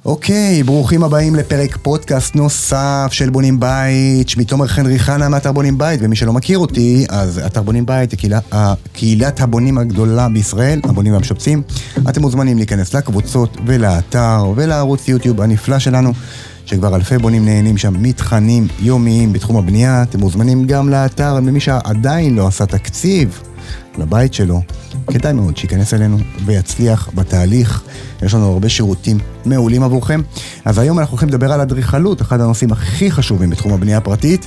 אוקיי, ברוכים הבאים לפרק פודקאסט נוסף של בונים בית. שמי תומר חנרי חנה מאתר בונים בית, ומי שלא מכיר אותי, אז אתר בונים בית, קהילת הבונים הגדולה בישראל, הבונים והמשפצים. אתם מוזמנים להיכנס לקבוצות ולאתר ולערוץ יוטיוב הנפלא שלנו, שכבר אלפי בונים נהנים שם מתכנים יומיים בתחום הבנייה. אתם מוזמנים גם לאתר, ומי שעדיין לא עשה תקציב לבית שלו, כדאי מאוד שיכנס אלינו ויצליח בתהליך. יש לנו הרבה שירותים מעולים עבורכם. אז היום אנחנו הולכים לדבר על אדריכלות, אחד הנושאים הכי חשובים בתחום הבנייה הפרטית,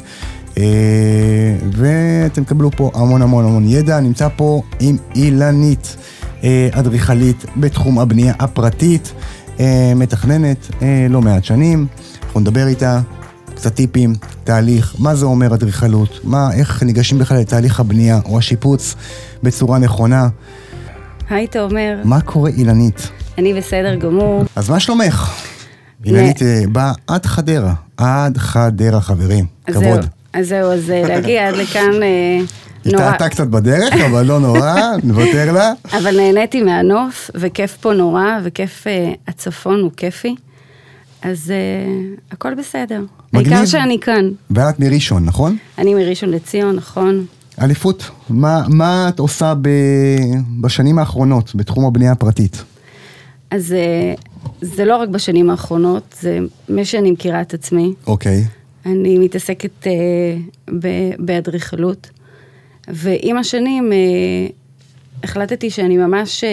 ואתם קבלו פה המון ידע. נמצא פה עם אילנית, אדריכלית בתחום הבנייה הפרטית, מתכננת לא מעט שנים. אנחנו נדבר איתה קצת טיפים, תהליך, מה זה אומר אדריכלות, איך ניגשים בכלל לתהליך הבנייה או השיפוץ בצורה נכונה. היי תומר. מה קורה אילנית? אני בסדר גמור. אז מה שלומך? אילנית באה עד חדרה חברים, כבוד. אז להגיע עד לכאן נורא. אתה קצת בדרך, אבל לא נורא, נוותר לה. אבל נהניתי מהנוף, וכיף פה נורא, וכיף הצפון הוא כיפי. אז הכל בסדר. העיקר שאני כאן. ואת מראשון, נכון? אני מראשון לציון, נכון. אליפות, מה את עושה בשנים האחרונות בתחום הבנייה הפרטית? אז זה לא רק בשנים האחרונות, זה מה שאני מכירה את עצמי. אוקיי. אני מתעסקת באדריכלות, ועם השנים החלטתי שאני ממש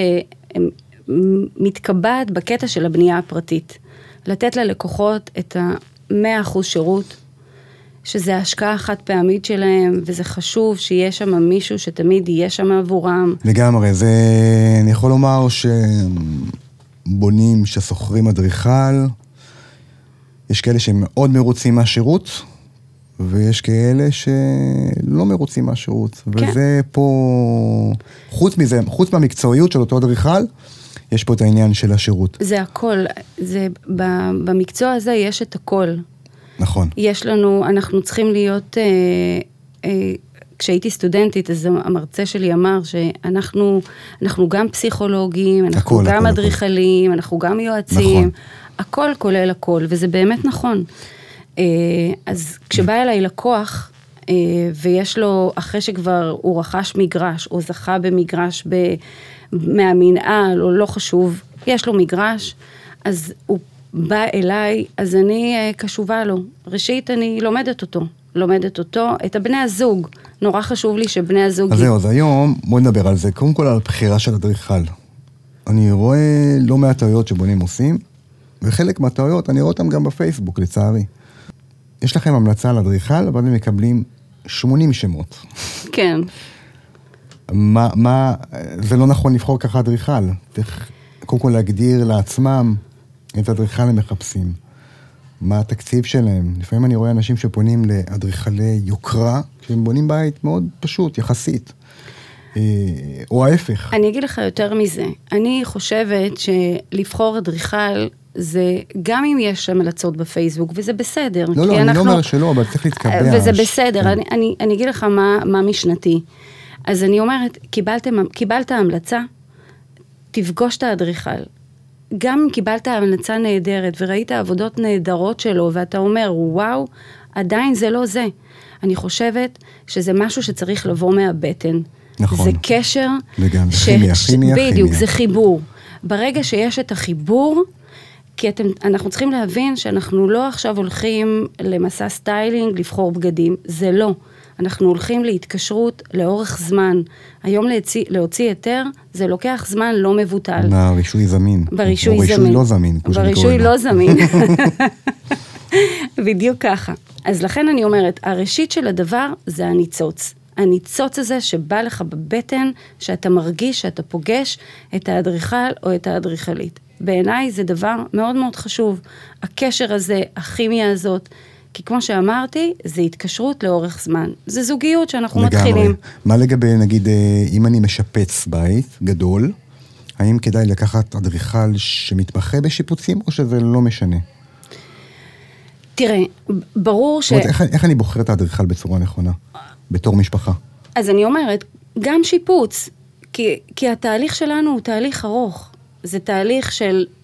מתקבעת בקטע של הבנייה הפרטית. לתת ללקוחות את 100% שירות, שזה ההשקעה החד פעמית שלהם, וזה חשוב שיש שם מישהו שתמיד יהיה שם עבורם. לגמרי, אני יכול לומר שבונים ששוכרים אדריכל, יש כאלה שהם מאוד מרוצים מהשירות, ויש כאלה שלא מרוצים מהשירות. כן. וזה פה, חוץ מהמקצועיות של אותו אדריכל, יש פה את העניין של השירות. זה הכל, במקצוע הזה יש את הכל. נכון. יש לנו, אנחנו צריכים להיות, כשהייתי סטודנטית, אז המרצה שלי אמר שאנחנו גם פסיכולוגים, אנחנו גם אדריכלים, אנחנו גם יועצים, נכון. הכל כולל הכל, וזה באמת נכון. אז כשבא אליי לקוח, ויש לו, אחרי שכבר הוא רכש מגרש, או זכה במגרש מהמנהל, או לא חשוב, יש לו מגרש, אז הוא בא אליי, אז אני קשובה לו. ראשית, אני לומדת אותו, את הבני הזוג. נורא חשוב לי שבני הזוג... אז זהו, אז היום, בוא נדבר על זה. קודם כל על הבחירה של אדריכל. אני רואה לא מעט טעויות שבונים עושים, וחלק מהטעויות, אני רואה אותם גם בפייסבוק, לצערי. יש לכם המלצה על אדריכל, אבל הם מקבלים 80 שמות. כן. זה לא נכון לבחור ככה אדריכל. קודם כל להגדיר לעצמם את אדריכל הם מחפשים. מה התקציב שלהם? לפעמים אני רואה אנשים שפונים לאדריכלי יוקרה, כשהם בונים בית מאוד פשוט, יחסית. או ההפך. אני אגיד לך יותר מזה. אני חושבת שלבחור אדריכל, זה גם אם יש המלצות בפייסבוק, וזה בסדר. לא, אני לא אומר שלא, אבל צריך להתקבע. וזה בסדר. אני אגיד לך מה משנתי. אז אני אומרת, קיבלת המלצה, תפגוש את האדריכל. גם אם קיבלת המלצה נהדרת, וראית עבודות נהדרות שלו, ואתה אומר, וואו, עדיין זה לא זה. אני חושבת שזה משהו שצריך לבוא מהבטן. נכון. זה קשר. לגמרי, כימיה. בדיוק, זה חיבור. ברגע שיש את החיבור, כי אנחנו צריכים להבין שאנחנו לא עכשיו הולכים למסע סטיילינג, לבחור בגדים. זה לא. אנחנו הולכים להתקשרות לאורך זמן. היום להוציא היתר, זה לוקח זמן לא מבוטל. ברישוי זמין. ברישוי לא זמין. ברישוי לא זמין. בדיוק ככה. אז לכן אני אומרת, הראשית של הדבר זה הניצוץ. הניצוץ הזה שבא לך בבטן, שאתה מרגיש, שאתה פוגש את האדריכל או את האדריכלית. בעיניי זה דבר מאוד מאוד חשוב. הקשר הזה, הכימיה הזאת, כי כמו שאמרתי, זה התקשרות לאורך זמן. זה זוגיות שאנחנו מתחילים. מה לגבי, נגיד, אם אני משפץ בית גדול, האם כדאי לקחת אדריכל שמתמחה בשיפוצים, או שזה לא משנה? תראה, ברור ש... איך אני בוחר את האדריכל בצורה נכונה, בתור משפחה? אז אני אומרת, גם שיפוץ, כי התהליך שלנו הוא תהליך ארוך. זה תהליך של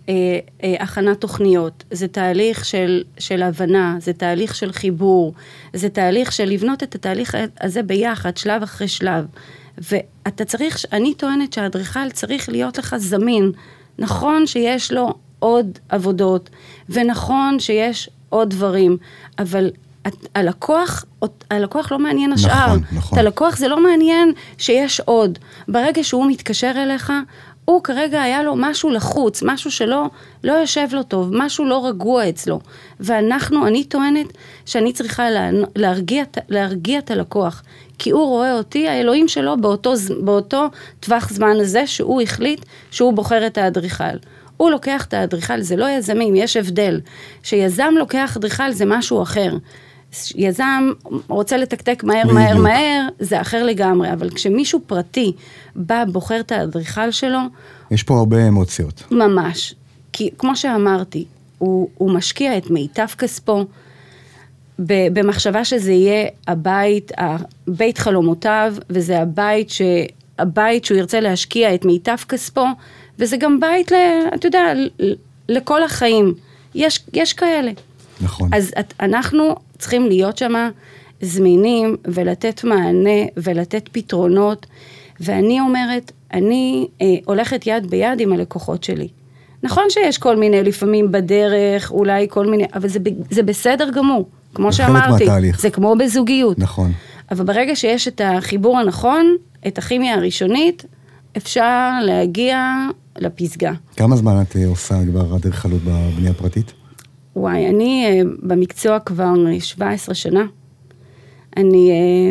הכנת תוכניות, זה תהליך של הבנה, זה תהליך של חיבור, זה תהליך של לבנות את התהליך הזה ביחד, שלב אחרי שלב. ואתה צריך, אני טוענת שהאדריכל צריך להיות לך זמין. נכון שיש לו עוד עבודות, ונכון שיש עוד דברים, אבל הלקוח לא מעניין השאר. נכון. את הלקוח זה לא מעניין שיש עוד. ברגע שהוא מתקשר אליך, הוא כרגע היה לו משהו לחוץ, משהו שלא יושב לו טוב, משהו לא רגוע אצלו. אני טוענת שאני צריכה להרגיע את הלקוח, כי הוא רואה אותי, האלוהים שלו באותו טווח זמן הזה, שהוא החליט שהוא בוחר את האדריכל. הוא לוקח את האדריכל, זה לא יזמים, יש הבדל. שיזם לוקח אדריכל זה משהו אחר. יזם רוצה לתקתק מהר, זה אחר לגמרי, אבל כשמישהו פרטי בא, בוחר את האדריכל שלו, יש פה הרבה אמוציות. ממש. כי כמו שאמרתי, הוא משקיע את מיטב כספו, במחשבה שזה יהיה בית חלומותיו, וזה הבית שהוא ירצה להשקיע את מיטב כספו, וזה גם בית, אתה יודע, לכל החיים. יש כאלה. נכון. אז אנחנו צריכים להיות שם זמינים, ולתת מענה, ולתת פתרונות, ואני אומרת, אני הולכת יד ביד עם הלקוחות שלי. נכון שיש כל מיני, לפעמים בדרך, אולי כל מיני, אבל זה בסדר גמור. כמו שאמרתי, זה כמו בזוגיות. נכון. אבל ברגע שיש את החיבור הנכון, את הכימיה הראשונית, אפשר להגיע לפסגה. כמה זמן את עושה כבר אדריכלות בבנייה פרטית? וואי, אני במקצוע כבר 17 שנה. אני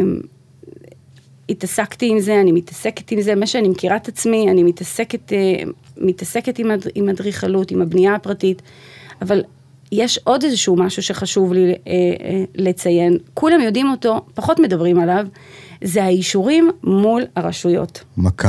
התעסקתי עם זה, אני מתעסקת עם זה, מה שאני מכירה את עצמי, אני מתעסקת עם אדריכלות, עם הבנייה הפרטית, אבל יש עוד איזשהו משהו שחשוב לי לציין, כולם יודעים אותו, פחות מדברים עליו, זה האישורים מול הרשויות.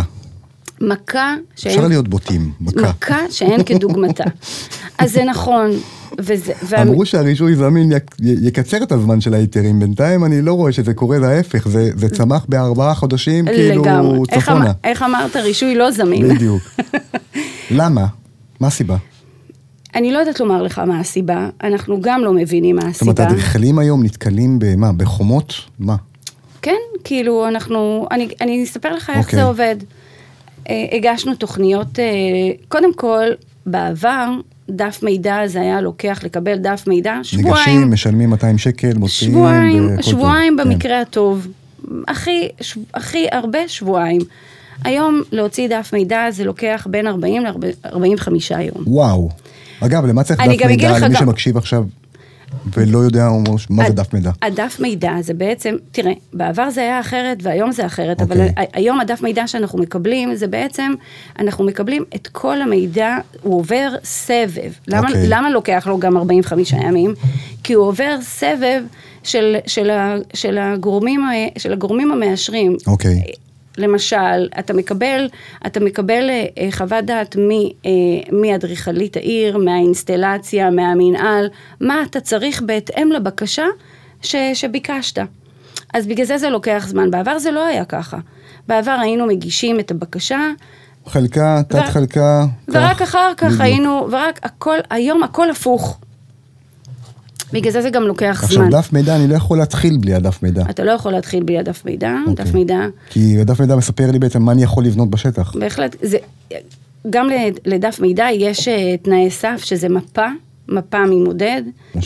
מכה אפשר להיות בוטים, מכה שאין כדוגמתה. אז זה נכון. אמרו שהרישוי זמין יקצר את הזמן של היתרים, בינתיים אני לא רואה שזה קורה להפך, זה צמח ב4 חודשים כאילו צפונה. איך אמרת, רישוי לא זמין? בדיוק. למה? מה הסיבה? אני לא יודעת לומר לך מה הסיבה, אנחנו גם לא מבינים מה הסיבה. זאת אומרת, האדריכלים היום נתקלים במה? בחומות? מה? כן, כאילו אני אספר לך איך זה עובד. הגשנו תוכניות, קודם כל, בעבר, דף מידע זה היה לוקח לקבל דף מידע, שבועיים. ניגשים, משלמים 200 שקל, מוציאים. שבועיים במקרה הטוב. הכי הרבה שבועיים. היום להוציא דף מידע זה לוקח בין 40 ל-45 יום. וואו. אגב, למה צריך דף מידע למי שמקשיב עכשיו ולא יודע מה זה דף מידע? הדף מידע זה בעצם, תראה, בעבר זה היה אחרת והיום זה אחרת, אבל היום הדף מידע שאנחנו מקבלים, זה בעצם, אנחנו מקבלים את כל המידע, הוא עובר סבב. למה לוקח לו גם 45 ימים? כי הוא עובר סבב של הגורמים המאשרים. אוקיי. למשל, אתה מקבל חוות דעת מאדריכלית העיר, מהאינסטלציה, מהמנהל, מה אתה צריך בהתאם לבקשה שביקשת. אז בגלל זה לוקח זמן. בעבר זה לא היה ככה. בעבר היינו מגישים את הבקשה. חלקה, תת חלקה. ורק אחר כך היינו, היום הכל הפוך. בגלל זה גם לוקח זמן. עכשיו, דף מידע, אני לא יכול להתחיל בלי הדף מידע. אתה לא יכול להתחיל בלי הדף מידע, דף מידע. כי הדף מידע מספר לי בעצם מה אני יכול לבנות בשטח. בהחלט, גם לדף מידע יש תנאי סף, שזה מפה ממודד,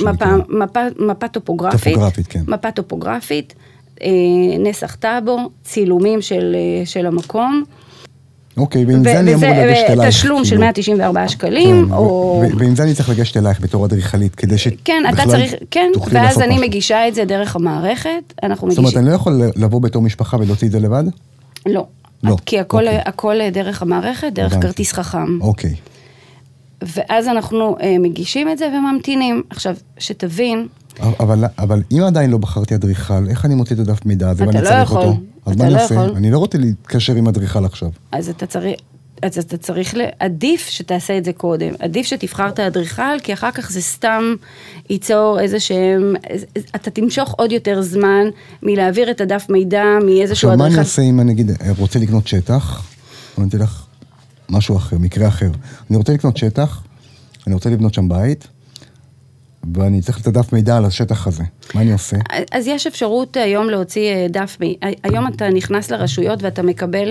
מפה טופוגרפית. כן. מפה טופוגרפית, נסח טאבו, צילומים של המקום. אוקיי, ועם זה אני אמור לגשת אלייך. תשלום של 194 שקלים, ועם זה אני צריך לגשת אלייך בתור אדריכלית, כדי שבכלל תוכלי ואז אני מגישה את זה דרך המערכת, זאת אומרת, אני לא יכול לבוא בתור משפחה ולהוציא את זה לבד? לא, כי הכל דרך המערכת, דרך כרטיס חכם. אוקיי. ואז אנחנו מגישים את זה וממתינים. עכשיו, שתבין... אבל אם עדיין לא בחרתי אדריכל, איך אני מוציא את הדף מידע הזה ואני צריך אותו? אז מה אני עושה? אני לא רוצה להתקשר עם אדריכל עכשיו. אז אתה צריך, עדיף שתעשה את זה קודם. עדיף שתבחר את האדריכל, כי אחר כך זה סתם ייצור איזשהם... אתה תמשוך עוד יותר זמן מלהעביר את הדף מידע מאיזשהו אדריכל. עכשיו, מה אני עושה אם אני רוצה לקנות שטח? אני אתן לך משהו אחר, מקרה אחר. אני רוצה לקנות שטח, אני רוצה לבנות שם בית, ואני צריך את הדף מידע על השטח הזה. מה אני עושה? אז יש אפשרות היום להוציא דף מידע. היום אתה נכנס לרשויות ואתה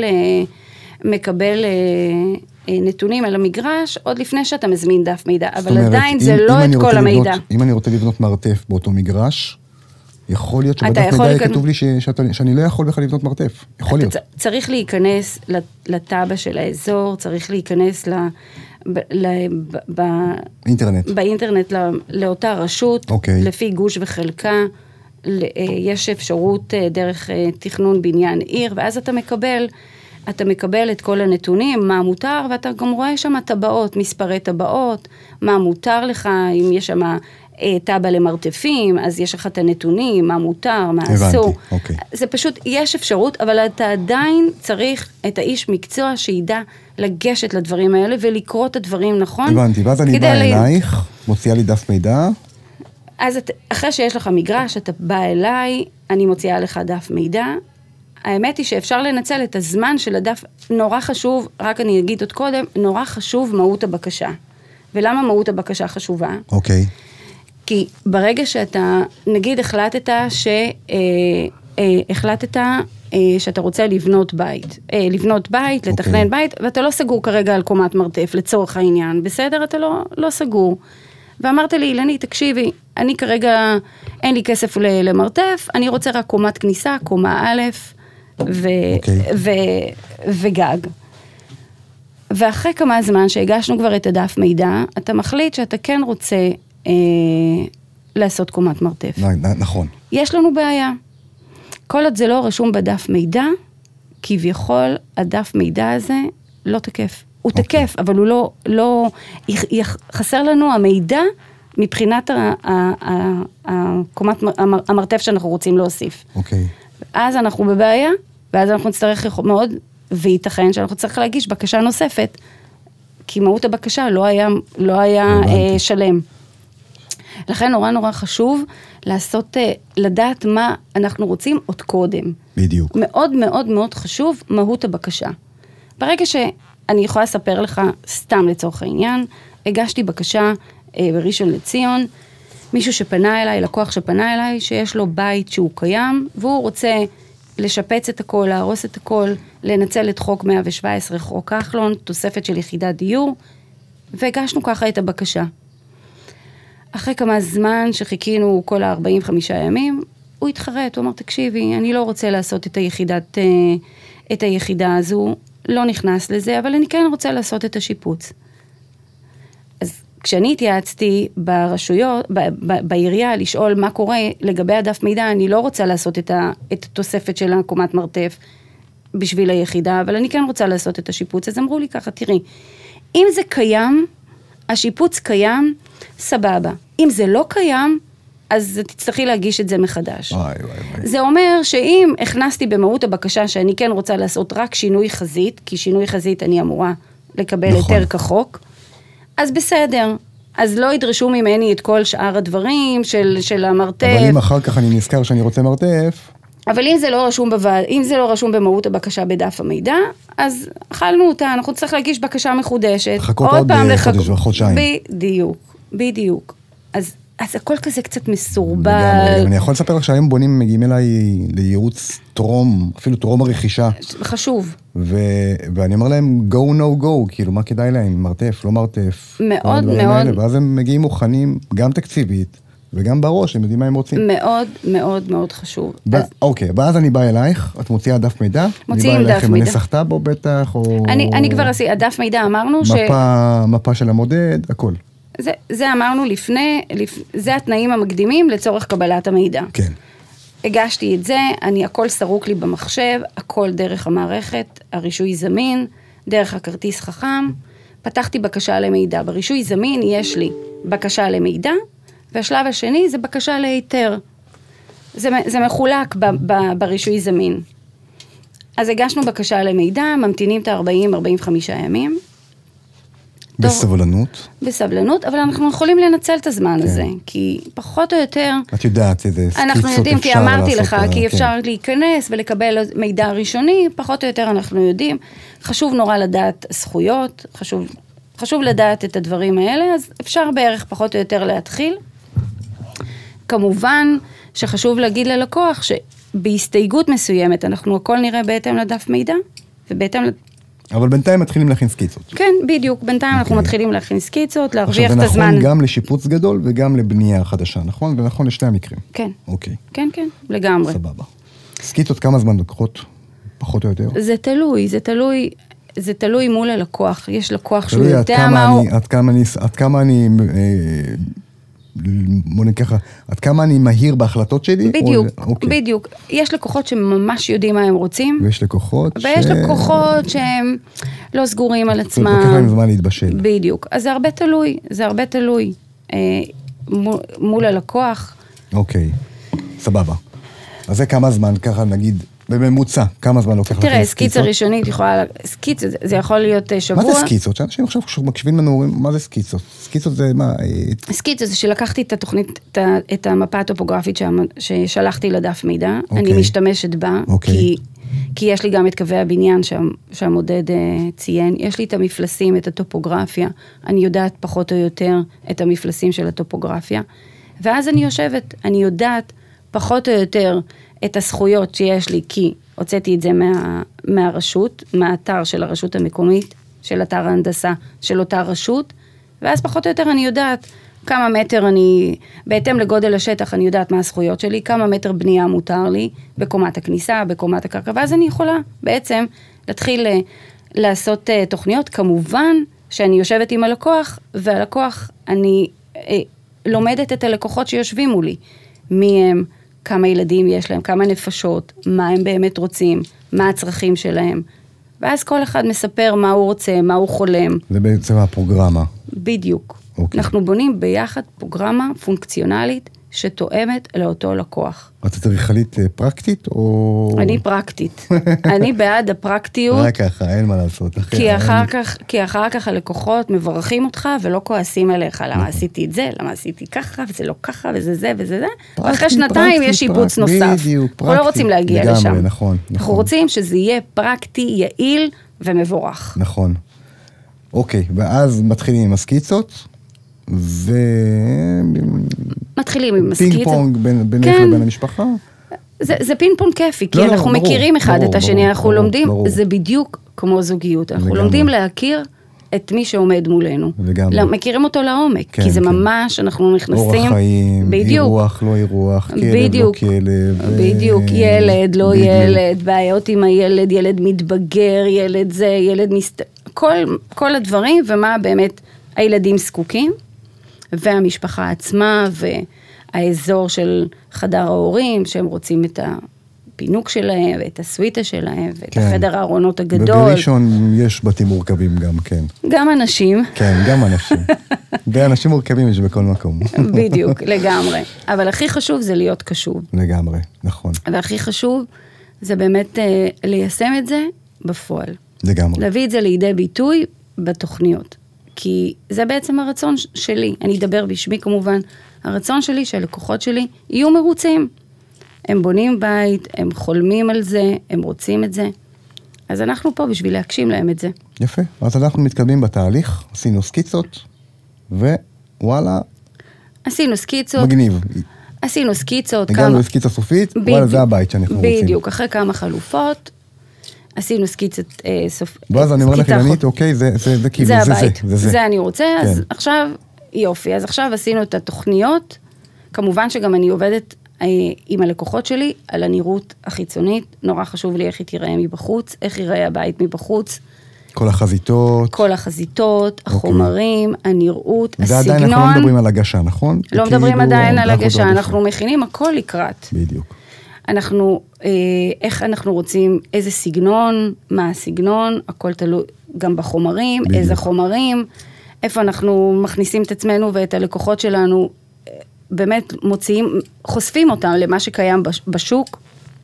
מקבל נתונים על המגרש, עוד לפני שאתה מזמין דף מידע, אבל עדיין זה לא את כל המידע. אם אני רוצה לבנות מרתף באותו מגרש, יכול להיות שבדף מידע כתוב לי שאני לא יכול בכלל לבנות מרתף. יכול להיות. צריך להיכנס לטאבה של האזור, צריך להיכנס באינטרנט לאותה רשות, לפי גוש וחלקה, יש אפשרות דרך תכנון בניין עיר, ואז אתה מקבל את כל הנתונים, מה מותר, ואתה גם רואה שם טבעות, מספרי טבעות, מה מותר לך, אם יש שם טאבה למרתפים, אז יש לך את הנתונים, מה מותר, מה אסור. זה פשוט, יש אפשרות, אבל אתה עדיין צריך את האיש מקצוע שידע לגשת לדברים האלה, ולקרוא את הדברים נכון. הבנתי, ואז אני באה אלייך, מוציאה לי דף מידע. אז אחרי שיש לך מגרש, אתה בא אליי, אני מוציאה לך דף מידע. האמת היא שאפשר לנצל את הזמן של הדף, נורא חשוב, רק אני אגיד עוד קודם, נורא חשוב מהות הבקשה. ולמה מהות הבקשה חשובה? אוקיי. כי ברגע שאתה, נגיד החלטת שאתה רוצה לבנות בית, לתכנן בית, ואתה לא סגור כרגע על קומת מרתף, לצורך העניין, בסדר? אתה לא סגור. ואמרת לי, אילני, תקשיבי, אני כרגע, אין לי כסף למרתף, אני רוצה רק קומת כניסה, קומה א', וגג. ואחרי כמה זמן שהגשנו כבר את הדף מידע, אתה מחליט שאתה כן רוצה לעשות קומת מרתף. נכון. יש לנו בעיה. כל עוד זה לא רשום בדף מידע, כביכול הדף מידע הזה לא תקף. הוא תקף, אבל הוא לא חסר לנו המידע מבחינת המרתף שאנחנו רוצים להוסיף. אוקיי. אז אנחנו בבעיה, ואז אנחנו נצטרך מאוד, וייתכן שאנחנו צריך להגיש בקשה נוספת, כי מהות הבקשה לא היה שלם. לכן נורא חשוב לדעת מה אנחנו רוצים עוד קודם. בדיוק. מאוד מאוד מאוד חשוב מהות הבקשה. ברגע שאני יכולה לספר לך, סתם לצורך העניין, הגשתי בקשה בראשון לציון, מישהו שפנה אליי, לקוח שפנה אליי, שיש לו בית שהוא קיים, והוא רוצה לשפץ את הכל, להרוס את הכל, לנצל את חוק 117, חוק כחלון, תוספת של יחידת דיור, והגשנו ככה את הבקשה. אחרי כמה זמן שחיכינו כל ה-45 ימים, הוא התחרט, הוא אמר, תקשיבי, אני לא רוצה לעשות את היחידה הזו, לא נכנס לזה, אבל אני כן רוצה לעשות את השיפוץ. אז כשאני התייעצתי ברשויות, בעירייה, לשאול מה קורה לגבי הדף מידע, אני לא רוצה לעשות את התוספת של הקומת מרתף בשביל היחידה, אבל אני כן רוצה לעשות את השיפוץ. אז אמרו לי ככה, תראי, אם זה קיים, השיפוץ קיים, סבבה. אם זה לא קיים, אז תצטרכי להגיש את זה מחדש. זה אומר שאם הכנסתי במהות הבקשה שאני כן רוצה לעשות רק שינוי חזית, כי שינוי חזית אני אמורה לקבל יותר כחוק, אז בסדר. אז לא ידרשו ממני את כל שאר הדברים של המרתף. אבל אם אחר כך אני נזכר שאני רוצה מרתף... אבל אם זה לא רשום במהות הבקשה בדף המידע, אז אכלנו אותה, אנחנו צריך להגיש בקשה מחודשת. לחכות עוד חודש וחודשיים. בדיוק. אז הכל כזה קצת מסורבל. אני יכול לספר לך שהיום בונים מגיעים אליי לייעוץ טרום, אפילו טרום הרכישה. חשוב. ואני אומר להם, go no go, כאילו מה כדאי להם, מרתף, לא מרתף. מאוד. ואז הם מגיעים מוכנים, גם תקציבית, וגם בראש, הם יודעים מה הם רוצים. מאוד מאוד מאוד חשוב. אוקיי, ואז אני באה אלייך, את מוציאה דף מידע? מוציאים דף מידע. אני באה אלייך עם הנסח טאבו בטח, או... אני כבר עשיתי, הדף מידע אמרנו מפה של המודד, הכל. זה אמרנו זה התנאים המקדימים לצורך קבלת המידע. כן. הגשתי את זה, הכל סרוק לי במחשב, הכל דרך המערכת, הרישוי זמין, דרך הכרטיס חכם, פתחתי בקשה למידע. ברישוי זמין יש לי בקשה למידע, והשלב השני זה בקשה להיתר. זה מחולק ברישוי זמין. אז הגשנו בקשה למידע, ממתינים את 40-45 ימים. בסבלנות, אבל אנחנו יכולים לנצל את הזמן הזה, כי פחות או יותר... את יודעת, איזה סקיצות אפשר לעשות. אנחנו יודעים, כי אמרתי לך, כי אפשר להיכנס ולקבל מידע ראשוני, פחות או יותר אנחנו יודעים. חשוב נורא לדעת זכויות, חשוב לדעת את הדברים האלה, אז אפשר בערך פחות או יותר להתחיל. כמובן שחשוב להגיד ללקוח שבהסתייגות מסוימת, אנחנו הכל נראה בהתאם לדף מידע, ובהתאם אבל בינתיים מתחילים להכין סקיצות. כן, בדיוק. בינתיים אנחנו מתחילים להכין סקיצות, להרוויח את הזמן. עכשיו, זה נכון גם לשיפוץ גדול וגם לבנייה חדשה, נכון? ונכון לשני המקרים. כן. אוקיי. כן, כן, לגמרי. סבבה. סקיצות כמה זמן לוקחות? פחות או יותר? זה תלוי מול הלקוח. יש לקוח שהוא יודע מה הוא... עד כמה אני בוא נקחה, עד כמה אני מהיר בהחלטות שלי? בדיוק. יש לקוחות שממש יודעים מה הם רוצים. ויש לקוחות שהם לא סגורים על עצמם. לוקח להם זמן להתבשל. בדיוק. אז זה הרבה תלוי מול הלקוח. אוקיי, סבבה. אז זה כמה זמן, ככה נגיד, בממוצע, כמה זמן לוקח לכם סקיצות? תראה, סקיצה ראשונית יכולה, סקיצה, זה יכול להיות שבוע. מה זה סקיצות? שאנשים עכשיו מקשיבים לנו, אומרים, מה זה סקיצות? סקיצות זה מה? סקיצות זה שלקחתי את התוכנית, את המפה הטופוגרפית ששלחתי לדף מידע, אני משתמשת בה, כי יש לי גם את קווי הבניין שהמודד ציין, יש לי את המפלסים, את הטופוגרפיה, אני יודעת פחות או יותר את המפלסים של הטופוגרפיה, ואז אני יושבת, אני יודעת פחות או יותר את הזכויות שיש לי, כי הוצאתי את זה מהרשות, מהאתר של הרשות המקומית, של אתר ההנדסה, של אותה רשות, ואז פחות או יותר אני יודעת כמה מטר בהתאם לגודל השטח, אני יודעת מה הזכויות שלי, כמה מטר בנייה מותר לי, בקומת הכניסה, בקומת הקרקע, ואז אני יכולה בעצם להתחיל לעשות תוכניות, כמובן שאני יושבת עם הלקוח, והלקוח, אני לומדת את הלקוחות שיושבים מולי, מי הם, כמה ילדים יש להם, כמה נפשות, מה הם באמת רוצים, מה הצרכים שלהם. ואז כל אחד מספר מה הוא רוצה, מה הוא חולם. זה בעצם הפרוגרמה. בדיוק. אנחנו בונים ביחד פרוגרמה פונקציונלית שתואמת לאותו לקוח. את אדריכלית פרקטית או... אני פרקטית. אני בעד הפרקטיות. רק ככה, אין מה לעשות. כי אחר כך הלקוחות מברכים אותך ולא כועסים עליך. למה עשיתי את זה, למה עשיתי ככה, וזה לא ככה, וזה זה וזה זה. ואחרי שנתיים יש שיפוץ נוסף. אנחנו לא רוצים להגיע לשם. נכון. אנחנו רוצים שזה יהיה פרקטי, יעיל ומבורך. נכון. אוקיי, ואז מתחילים עם הסקיצות. מתחילים עם הסקיצה. פינג פונג בינך לבין המשפחה? זה פינג פונג כיפי, כי אנחנו מכירים אחד את השני, אנחנו לומדים, זה בדיוק כמו זוגיות, אנחנו לומדים להכיר את מי שעומד מולנו. מכירים אותו לעומק, כי זה ממש, אנחנו נכנסים... אורח חיים, אירוח, לא אירוח, כלב, לא כלב. בדיוק, ילד, לא ילד, בעיות עם הילד, ילד מתבגר, ילד זה, ילד כל הדברים, ומה באמת הילדים זקוקים. והמשפחה עצמה, והאזור של חדר ההורים, שהם רוצים את הפינוק שלהם, ואת הסוויטה שלהם, ואת החדר הארונות הגדול. בראשון יש בתים מורכבים גם, כן. גם אנשים. כן, גם אנשים. ואנשים מורכבים יש בכל מקום. בדיוק, לגמרי. אבל הכי חשוב זה להיות קשוב. לגמרי, נכון. והכי חשוב זה באמת ליישם את זה בפועל. לגמרי. להביא את זה לידי ביטוי בתוכניות. כי זה בעצם הרצון שלי, אני אדבר בשמי כמובן, הרצון שלי שהלקוחות שלי יהיו מרוצים. הם בונים בית, הם חולמים על זה, הם רוצים את זה. אז אנחנו פה בשביל להגשים להם את זה. יפה, אז אנחנו מתקדמים בתהליך, עשינו סקיצות, ווואלה. עשינו סקיצות. מגניב. עשינו סקיצות. הגענו לסקיצה סופית, וואלה זה הבית שאנחנו רוצים. בדיוק, אחרי כמה חלופות. עשינו סקיצת ואז אני אומר לך, אילנית, אוקיי, זה כאילו, זה הבית, זה אני רוצה, אז עכשיו, יופי, אז עכשיו עשינו את התוכניות, כמובן שגם אני עובדת עם הלקוחות שלי, על הנראות החיצונית, נורא חשוב לי איך היא תיראה מבחוץ, איך ייראה הבית מבחוץ. כל החזיתות, החומרים, הנראות, הסגנון. זה עדיין אנחנו לא מדברים על הגשה, נכון? לא מדברים עדיין על הגשה, אנחנו מכינים הכל לקראת. בדיוק. איך אנחנו רוצים, איזה סגנון, מה הסגנון, הכל תלוי גם בחומרים, בדיוק. איזה חומרים, איפה אנחנו מכניסים את עצמנו ואת הלקוחות שלנו, באמת חושפים אותם למה שקיים בשוק,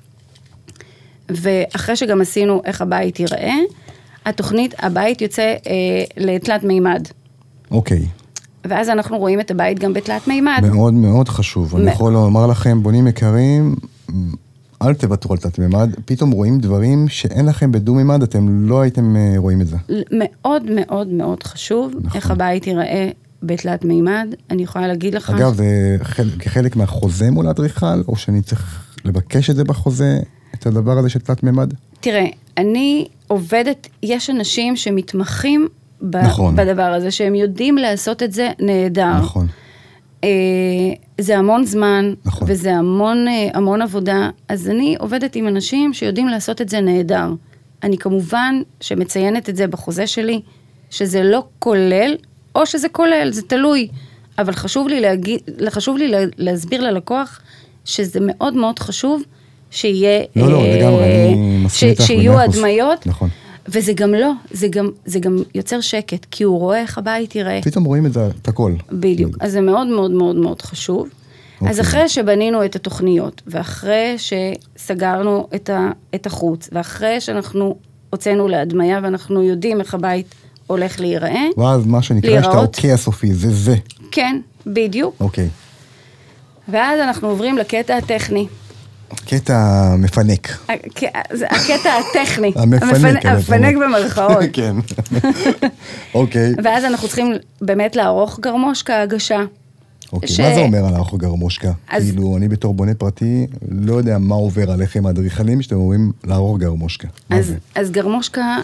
ואחרי שגם עשינו איך הבית ייראה, הבית יוצא לתלת מימד. אוקיי. ואז אנחנו רואים את הבית גם בתלת מימד. מאוד מאוד חשוב. אני יכול לומר לכם, בונים יקרים, אל תוותרו על תת מימד, פתאום רואים דברים שאין לכם בדו מימד, אתם לא הייתם רואים את זה. מאוד מאוד מאוד חשוב, נכון. איך הבית ייראה בתלת מימד, אני יכולה להגיד לך... אגב, זה כחלק מהחוזה מול האדריכל, או שאני צריך לבקש את זה בחוזה, את הדבר הזה של תלת מימד? תראה, אני עובדת, יש אנשים שמתמחים נכון. בדבר הזה, שהם יודעים לעשות את זה נהדר. נכון. זה המון זמן, נכון. וזה המון עבודה, אז אני עובדת עם אנשים שיודעים לעשות את זה נהדר. אני כמובן שמציינת את זה בחוזה שלי, שזה לא כולל, או שזה כולל, זה תלוי. אבל חשוב לי להסביר ללקוח, שזה מאוד מאוד חשוב, שיהיה... לא, לגמרי, אני מסכים איתך. שיהיו הדמיות. נכון. וזה גם לא, זה גם יוצר שקט, כי הוא רואה איך הבית ייראה. פתאום רואים את הכל. בדיוק, אז זה מאוד מאוד מאוד מאוד חשוב. אז אחרי שבנינו את התוכניות, ואחרי שסגרנו את החוץ, ואחרי שאנחנו הוצאנו להדמיה, ואנחנו יודעים איך הבית הולך להיראה. ואז מה שנקרא שאתה אוקיי הסופי, זה. כן, בדיוק. אוקיי. ואז אנחנו עוברים לקטע הטכני. הקטע מפנק. הקטע הטכני. המפנק במרכאות. כן. אוקיי. ואז אנחנו צריכים באמת לערוך גרמושקה הגשה. אוקיי, מה זה אומר על לערוך גרמושקה? כאילו, אני בתור בונה פרטי, לא יודע מה עובר עליכם האדריכלים, שאתם אומרים לערוך גרמושקה. אז גרמושקה,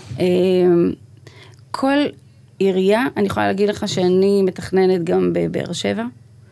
כל עירייה, אני יכולה להגיד לך שאני מתכננת גם בבאר שבע,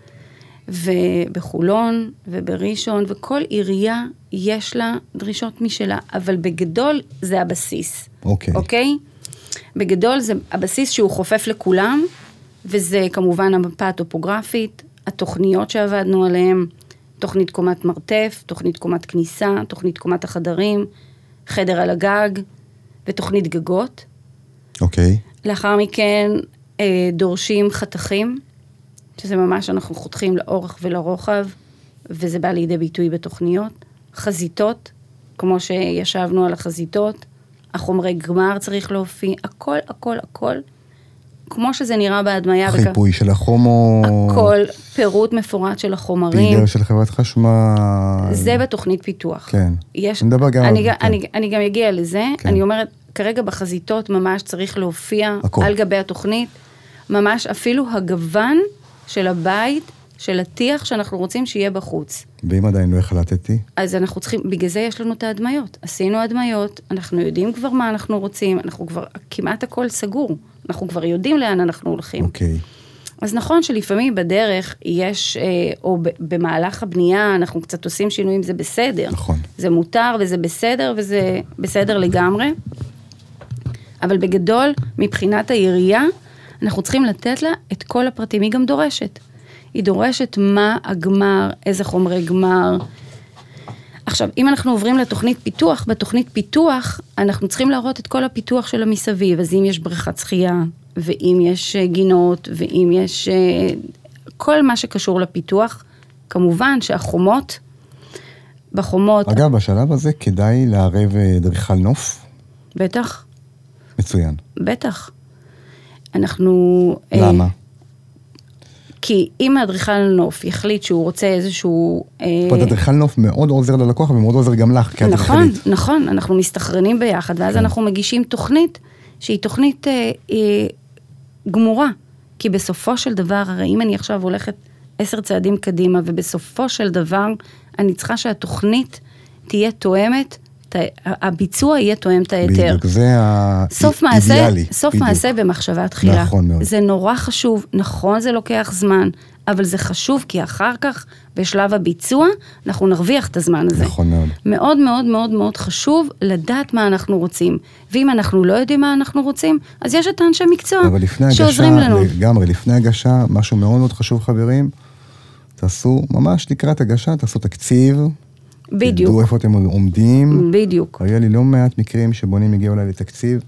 ובחולון, ובראשון, וכל עירייה יש לה דרישות משלה, אבל בגדול זה הבסיס. אוקיי. אוקיי? בגדול זה הבסיס שהוא חופף לכולם, וזה כמובן המפה הטופוגרפית, התוכניות שעבדנו עליהן, תוכנית קומת מרתף, תוכנית קומת כניסה, תוכנית קומת החדרים, חדר על הגג, ותוכנית גגות. אוקיי. לאחר מכן דורשים חתכים, שזה ממש אנחנו חותכים לאורך ולרוחב, וזה בא לידי ביטוי בתוכניות. חזיתות, כמו שישבנו על החזיתות, החומרי גמר צריך להופיע, הכל, כמו שזה נראה בהדמיה. חיפוי של החומו. הכל, פירוט מפורט של החומרים. פידר של חברת חשמל. זה בתוכנית פיתוח. כן. אני גם אגיע לזה, אני אומרת, כרגע בחזיתות ממש צריך להופיע על גבי התוכנית, ממש אפילו הגוון של הבית, של הטיח שאנחנו רוצים שיהיה בחוץ. ואם עדיין לא החלטתי? אז אנחנו צריכים, בגלל זה יש לנו את ההדמיות. עשינו הדמיות, אנחנו יודעים כבר מה אנחנו רוצים, אנחנו כבר, כמעט הכל סגור. אנחנו כבר יודעים לאן אנחנו הולכים. אוקיי. אז נכון שלפעמים בדרך יש, או במהלך הבנייה, אנחנו קצת עושים שינויים, זה בסדר. נכון. זה מותר וזה בסדר, וזה בסדר לגמרי. אבל בגדול, מבחינת העירייה, אנחנו צריכים לתת לה את כל הפרטים. היא גם דורשת. היא דורשת מה הגמר, איזה חומרי גמר. עכשיו, אם אנחנו עוברים לתוכנית פיתוח, בתוכנית פיתוח, אנחנו צריכים להראות את כל הפיתוח של המסביב. אז אם יש בריכת שחייה, ואם יש גינות, ואם יש כל מה שקשור לפיתוח, כמובן שהחומות, בחומות... אגב, בשלב הזה כדאי לערב אדריכל נוף? בטח. מצוין. בטח. אנחנו... למה? כי אם האדריכל נוף יחליט שהוא רוצה איזשהו... אדריכל נוף מאוד עוזר ללקוח ומאוד עוזר גם לך כאדריכלית. נכון, אנחנו מסתחרנים ביחד, ואז אנחנו מגישים תוכנית שהיא תוכנית גמורה, כי בסופו של דבר, הרי אם אני עכשיו הולכת 10 צעדים קדימה, ובסופו של דבר אני צריכה שהתוכנית תהיה תואמת, הביצוע יהיה תואם את היתר. בדיוק, זה האידיאלי. סוף מעשה במחשבה תחילה. נכון מאוד. זה נורא חשוב, נכון זה לוקח זמן, אבל זה חשוב כי אחר כך, בשלב הביצוע, אנחנו נרוויח את הזמן הזה. נכון מאוד. מאוד מאוד מאוד מאוד חשוב לדעת מה אנחנו רוצים. ואם אנחנו לא יודעים מה אנחנו רוצים, אז יש את אנשי מקצוע שעוזרים לנו. לגמרי, לפני הגשה, משהו מאוד מאוד חשוב חברים, תעשו ממש לקראת הגשה, תעשו תקציב, בדיוק. תדעו איפה אתם עומדים. בדיוק. היה לי לא מעט מקרים שבונים הגיעו אליי לתקציב,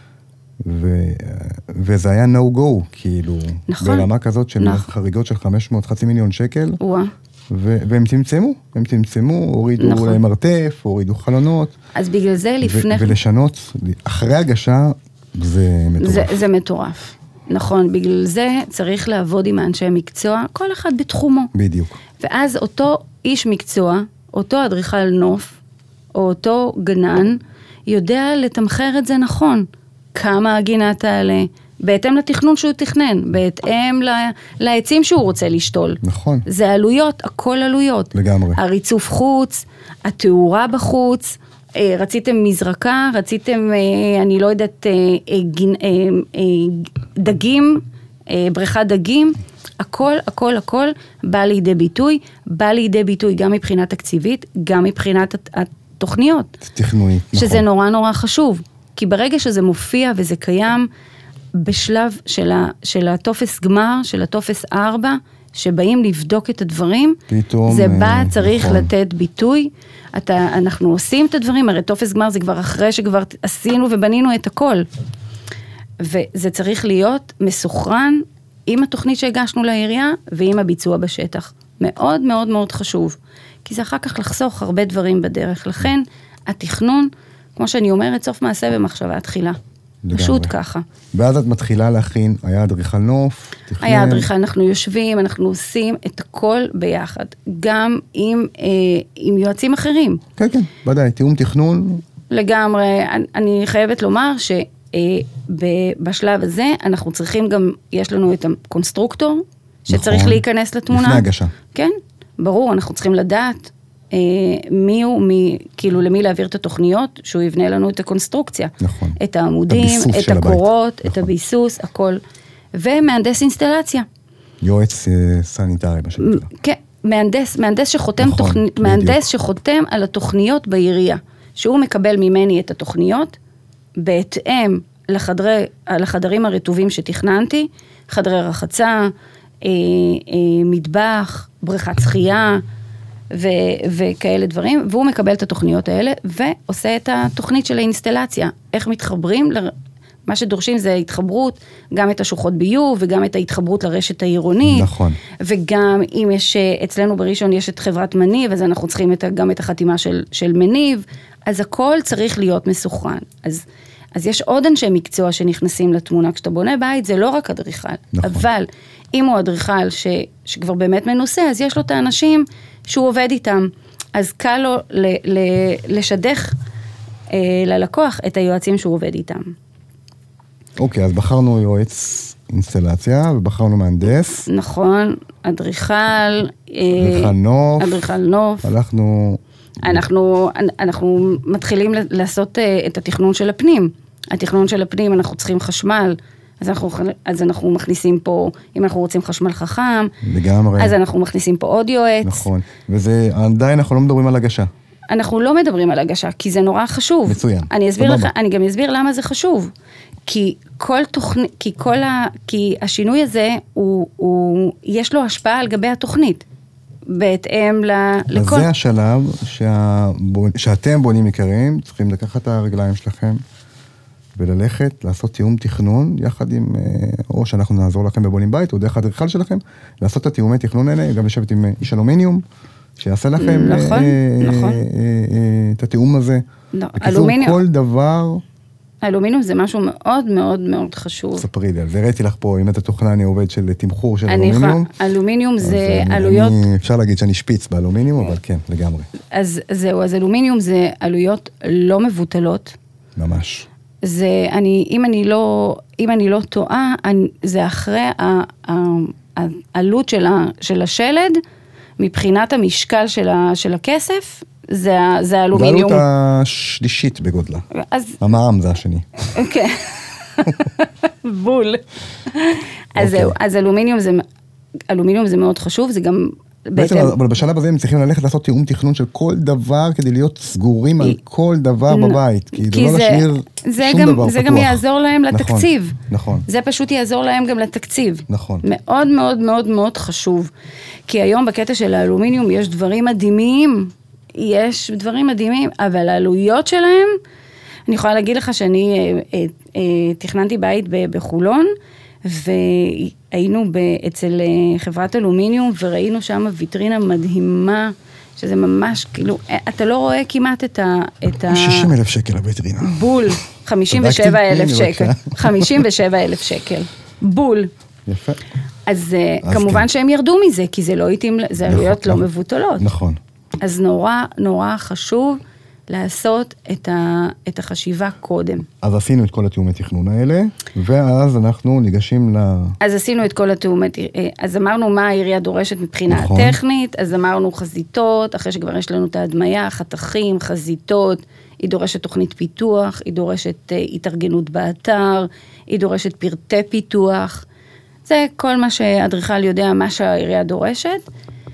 וזה היה no go, כאילו, נכון. ברמה כזאת של חריגות של 500, חצי מיליון שקל, והם צמצמו, הורידו להם מרתף, הורידו חלונות. אז בגלל זה לפני... ולשנות, אחרי הגשה, זה מטורף. זה מטורף. נכון, בגלל זה צריך לעבוד עם אנשי מקצוע, כל אחד בתחומו. בדיוק. ואז אותו איש מקצוע, אותו אדריכל נוף, או אותו גנן, יודע לתמחר את זה נכון. כמה הגינה תעלה, בהתאם לתכנון שהוא תכנן, בהתאם לעצים שהוא רוצה לשתול. נכון. זה עלויות, הכל עלויות. לגמרי. הריצוף חוץ, התאורה בחוץ, רציתם מזרקה, רציתם, אני לא יודעת, דגים, בריכת דגים, הכל בא לידי ביטוי גם מבחינת תקציבית, גם מבחינת התוכניות. תכנונית, נכון. שזה נורא נורא חשוב, כי ברגע שזה מופיע וזה קיים, בשלב של הטופס גמר, של הטופס 4, שבאים לבדוק את הדברים, פתאום, זה בא, צריך נכון. לתת ביטוי, אנחנו עושים את הדברים, הרי טופס גמר זה כבר אחרי שכבר עשינו ובנינו את הכל, וזה צריך להיות מסוכרן, עם התוכנית שהגשנו לעירייה, ועם הביצוע בשטח. מאוד מאוד מאוד חשוב, כי זה אחר כך לחסוך הרבה דברים בדרך, לכן התכנון, כמו שאני אומרת, סוף מעשה במחשבה תחילה. פשוט ככה. ואז את מתחילה להכין, היה אדריכל נוף, תכנן. היה אדריכל, אנחנו יושבים, אנחנו עושים את הכל ביחד, גם עם יועצים אחרים. כן, כן, ודאי, תיאום תכנון. לגמרי, אני חייבת לומר שבשלב הזה אנחנו צריכים גם, יש לנו את הקונסטרוקטור, שצריך להיכנס לתמונה. לפני הגשה. כן, ברור, אנחנו צריכים לדעת מי הוא, כאילו למי להעביר את התוכניות, שהוא יבנה לנו את הקונסטרוקציה. נכון. את העמודים, את הקורות, את הביסוס, הכל. ומהנדס אינסטלציה. יועץ סניטרי בשביל. כן, מהנדס שחותם, מהנדס שחותם על התוכניות בעירייה, שהוא מקבל ממני את התוכניות, בהתאם לחדרים הרטובים שתכננתי, חדרי רחצה, מטבח, בריכת שחייה, וכאלה דברים, והוא מקבל את התוכניות האלה, ועושה את התוכנית של האינסטלציה. איך מתחברים? מה שדורשים זה התחברות, גם את השוחות ביוב, וגם את ההתחברות לרשת העירונית. נכון. וגם אם יש, אצלנו בראשון יש את חברת מניב, אז אנחנו צריכים גם את החתימה של מניב, אז הכל צריך להיות מסוכרן. אז יש עוד אנשי מקצוע שנכנסים לתמונה, כשאתה בונה בית, זה לא רק אדריכל. נכון. אבל אם הוא אדריכל שכבר באמת מנוסה, אז יש לו את האנשים שהוא עובד איתם, אז קל לו לשדך ללקוח את היועצים שהוא עובד איתם. אוקיי, אז בחרנו יועץ אינסטלציה, ובחרנו מהנדס. נכון, אדריכל נוף. אנחנו מתחילים לעשות את התכנון של הפנים. התכנון של הפנים, אנחנו צריכים חשמל, אז אנחנו מכניסים פה, אם אנחנו רוצים חשמל חכם, לגמרי. אז אנחנו מכניסים פה עוד יועץ. נכון, וזה עדיין אנחנו לא מדברים על הגשה. אנחנו לא מדברים על הגשה, כי זה נורא חשוב. מצוין. אני גם אסביר למה זה חשוב. כי כי השינוי הזה, יש לו השפעה על גבי התוכנית. בהתאם לכל... אז זה השלב שאתם בונים עיקרים, צריכים לקחת את הרגליים שלכם, וללכת, לעשות תיאום תכנון, יחד עם, או שאנחנו נעזור לכם בבונים בית, או דרך האדריכל שלכם, לעשות את התיאומי תכנון האלה, גם לשבת עם איש אלומיניום, שיעשה לכם את התיאום הזה. בקיצור, כל דבר... אלומיניום זה משהו מאוד מאוד מאוד חשוב. ספרי לי, וראיתי לך פה, אם אתה תוכנה, אני עובד של תמחור של אלומיניום. אלומיניום זה עלויות... אפשר להגיד שאני שפיץ באלומיניום, אבל כן, לגמרי. אז זהו, אז אלומיניום זה עלויות לא מבוטלות. ממש. זה, אם אני לא טועה, זה אחרי העלות של השלד, מבחינת המשקל של הכסף, זה האלומיניום. זה העלות השלישית בגודלה. המע"מ זה השני. אוקיי. בול. אז זהו, אז אלומיניום זה מאוד חשוב, זה גם... בעצם, אבל בשלב הזה הם צריכים ללכת לעשות תיאום תכנון של כל דבר, כדי להיות סגורים על כל דבר בבית, כי לא להשאיר שום דבר פתוח. זה גם יעזור להם לתקציב. נכון. זה פשוט יעזור להם גם לתקציב. נכון. מאוד מאוד מאוד מאוד חשוב. כי היום בקטע של האלומיניום יש דברים מדהימים, אבל העלויות שלהם, אני יכולה להגיד לך שאני תכננתי בית בחולון, והיינו אצל חברת אלומיניום, וראינו שם ויטרינה מדהימה, שזה ממש, כאילו, אתה לא רואה כמעט את 60,000 שקל הוויטרינה. בול, 57,000 שקל. 57,000 שקל. בול. יפה. אז כמובן שהם ירדו מזה, כי זה לא התאים, זה עלויות לא מבוטלות. נכון. אז נורא, נורא חשוב לעשות את החשיבה קודם. אז עשינו את כל התיאומי תכנון האלה, ואז אנחנו ניגשים אז עשינו את כל התיאומי, אז אמרנו מה העירייה דורשת מבחינה טכנית, אז אמרנו חזיתות, אחרי שכבר יש לנו את ההדמיה, חתכים, חזיתות, היא דורשת תוכנית פיתוח, היא דורשת התארגנות באתר, היא דורשת פרטי פיתוח, זה כל מה שאדריכל יודע, מה שהעירייה דורשת,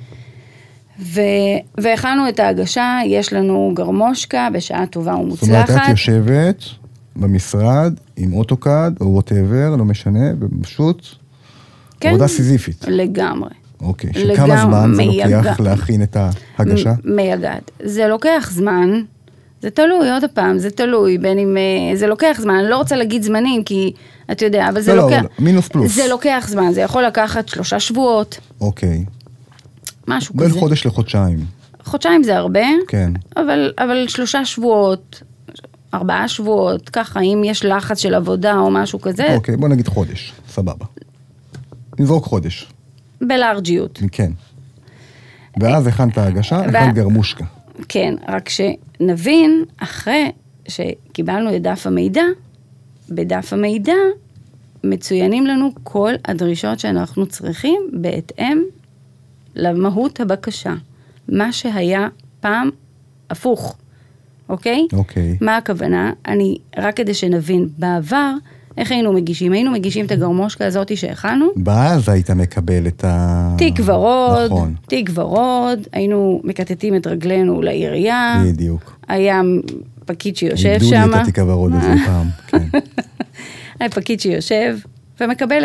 והכנו את ההגשה, יש לנו גרמושקה בשעה טובה ומוצלחת. זאת אומרת, את יושבת במשרד עם אוטוקאד או whatever, לא משנה, פשוט עבודה סיזיפית. לגמרי. אוקיי, שכמה זמן זה לוקח להכין את ההגשה? מייגד. זה לוקח זמן, זה תלוי, עוד הפעם, זה תלוי, בין אם, זה לוקח זמן, אני לא רוצה להגיד זמנים, כי אתה יודע, אבל זה לוקח, מינוס פלוס. זה לוקח זמן, זה יכול לקחת 3 שבועות. אוקיי. משהו בין כזה. חודש לחודשיים. חודשיים זה הרבה, כן. אבל 3 שבועות, 4 שבועות, ככה, אם יש לחץ של עבודה או משהו כזה. אוקיי, בוא נגיד חודש, סבבה. נזרוק חודש. בלארג'יות. כן. ואז הכנת ההגשה, הכנת גרמושקה. כן, רק שנבין, אחרי שקיבלנו את דף המידע, בדף המידע מצוינים לנו כל הדרישות שאנחנו צריכים בהתאם למהות הבקשה. מה שהיה פעם הפוך, אוקיי? אוקיי. מה הכוונה? אני, רק כדי שנבין, בעבר, איך היינו מגישים? היינו מגישים את הגרמושקה הזאת שהכנו. ואז היית מקבל את תיק ורוד, נכון. תיק ורוד, היינו מקטטים את רגלינו לעירייה. בדיוק. היה פקיד שיושב עידו שם. לי את התיק הוורוד הזה פעם, כן. היה פקיד שיושב ומקבל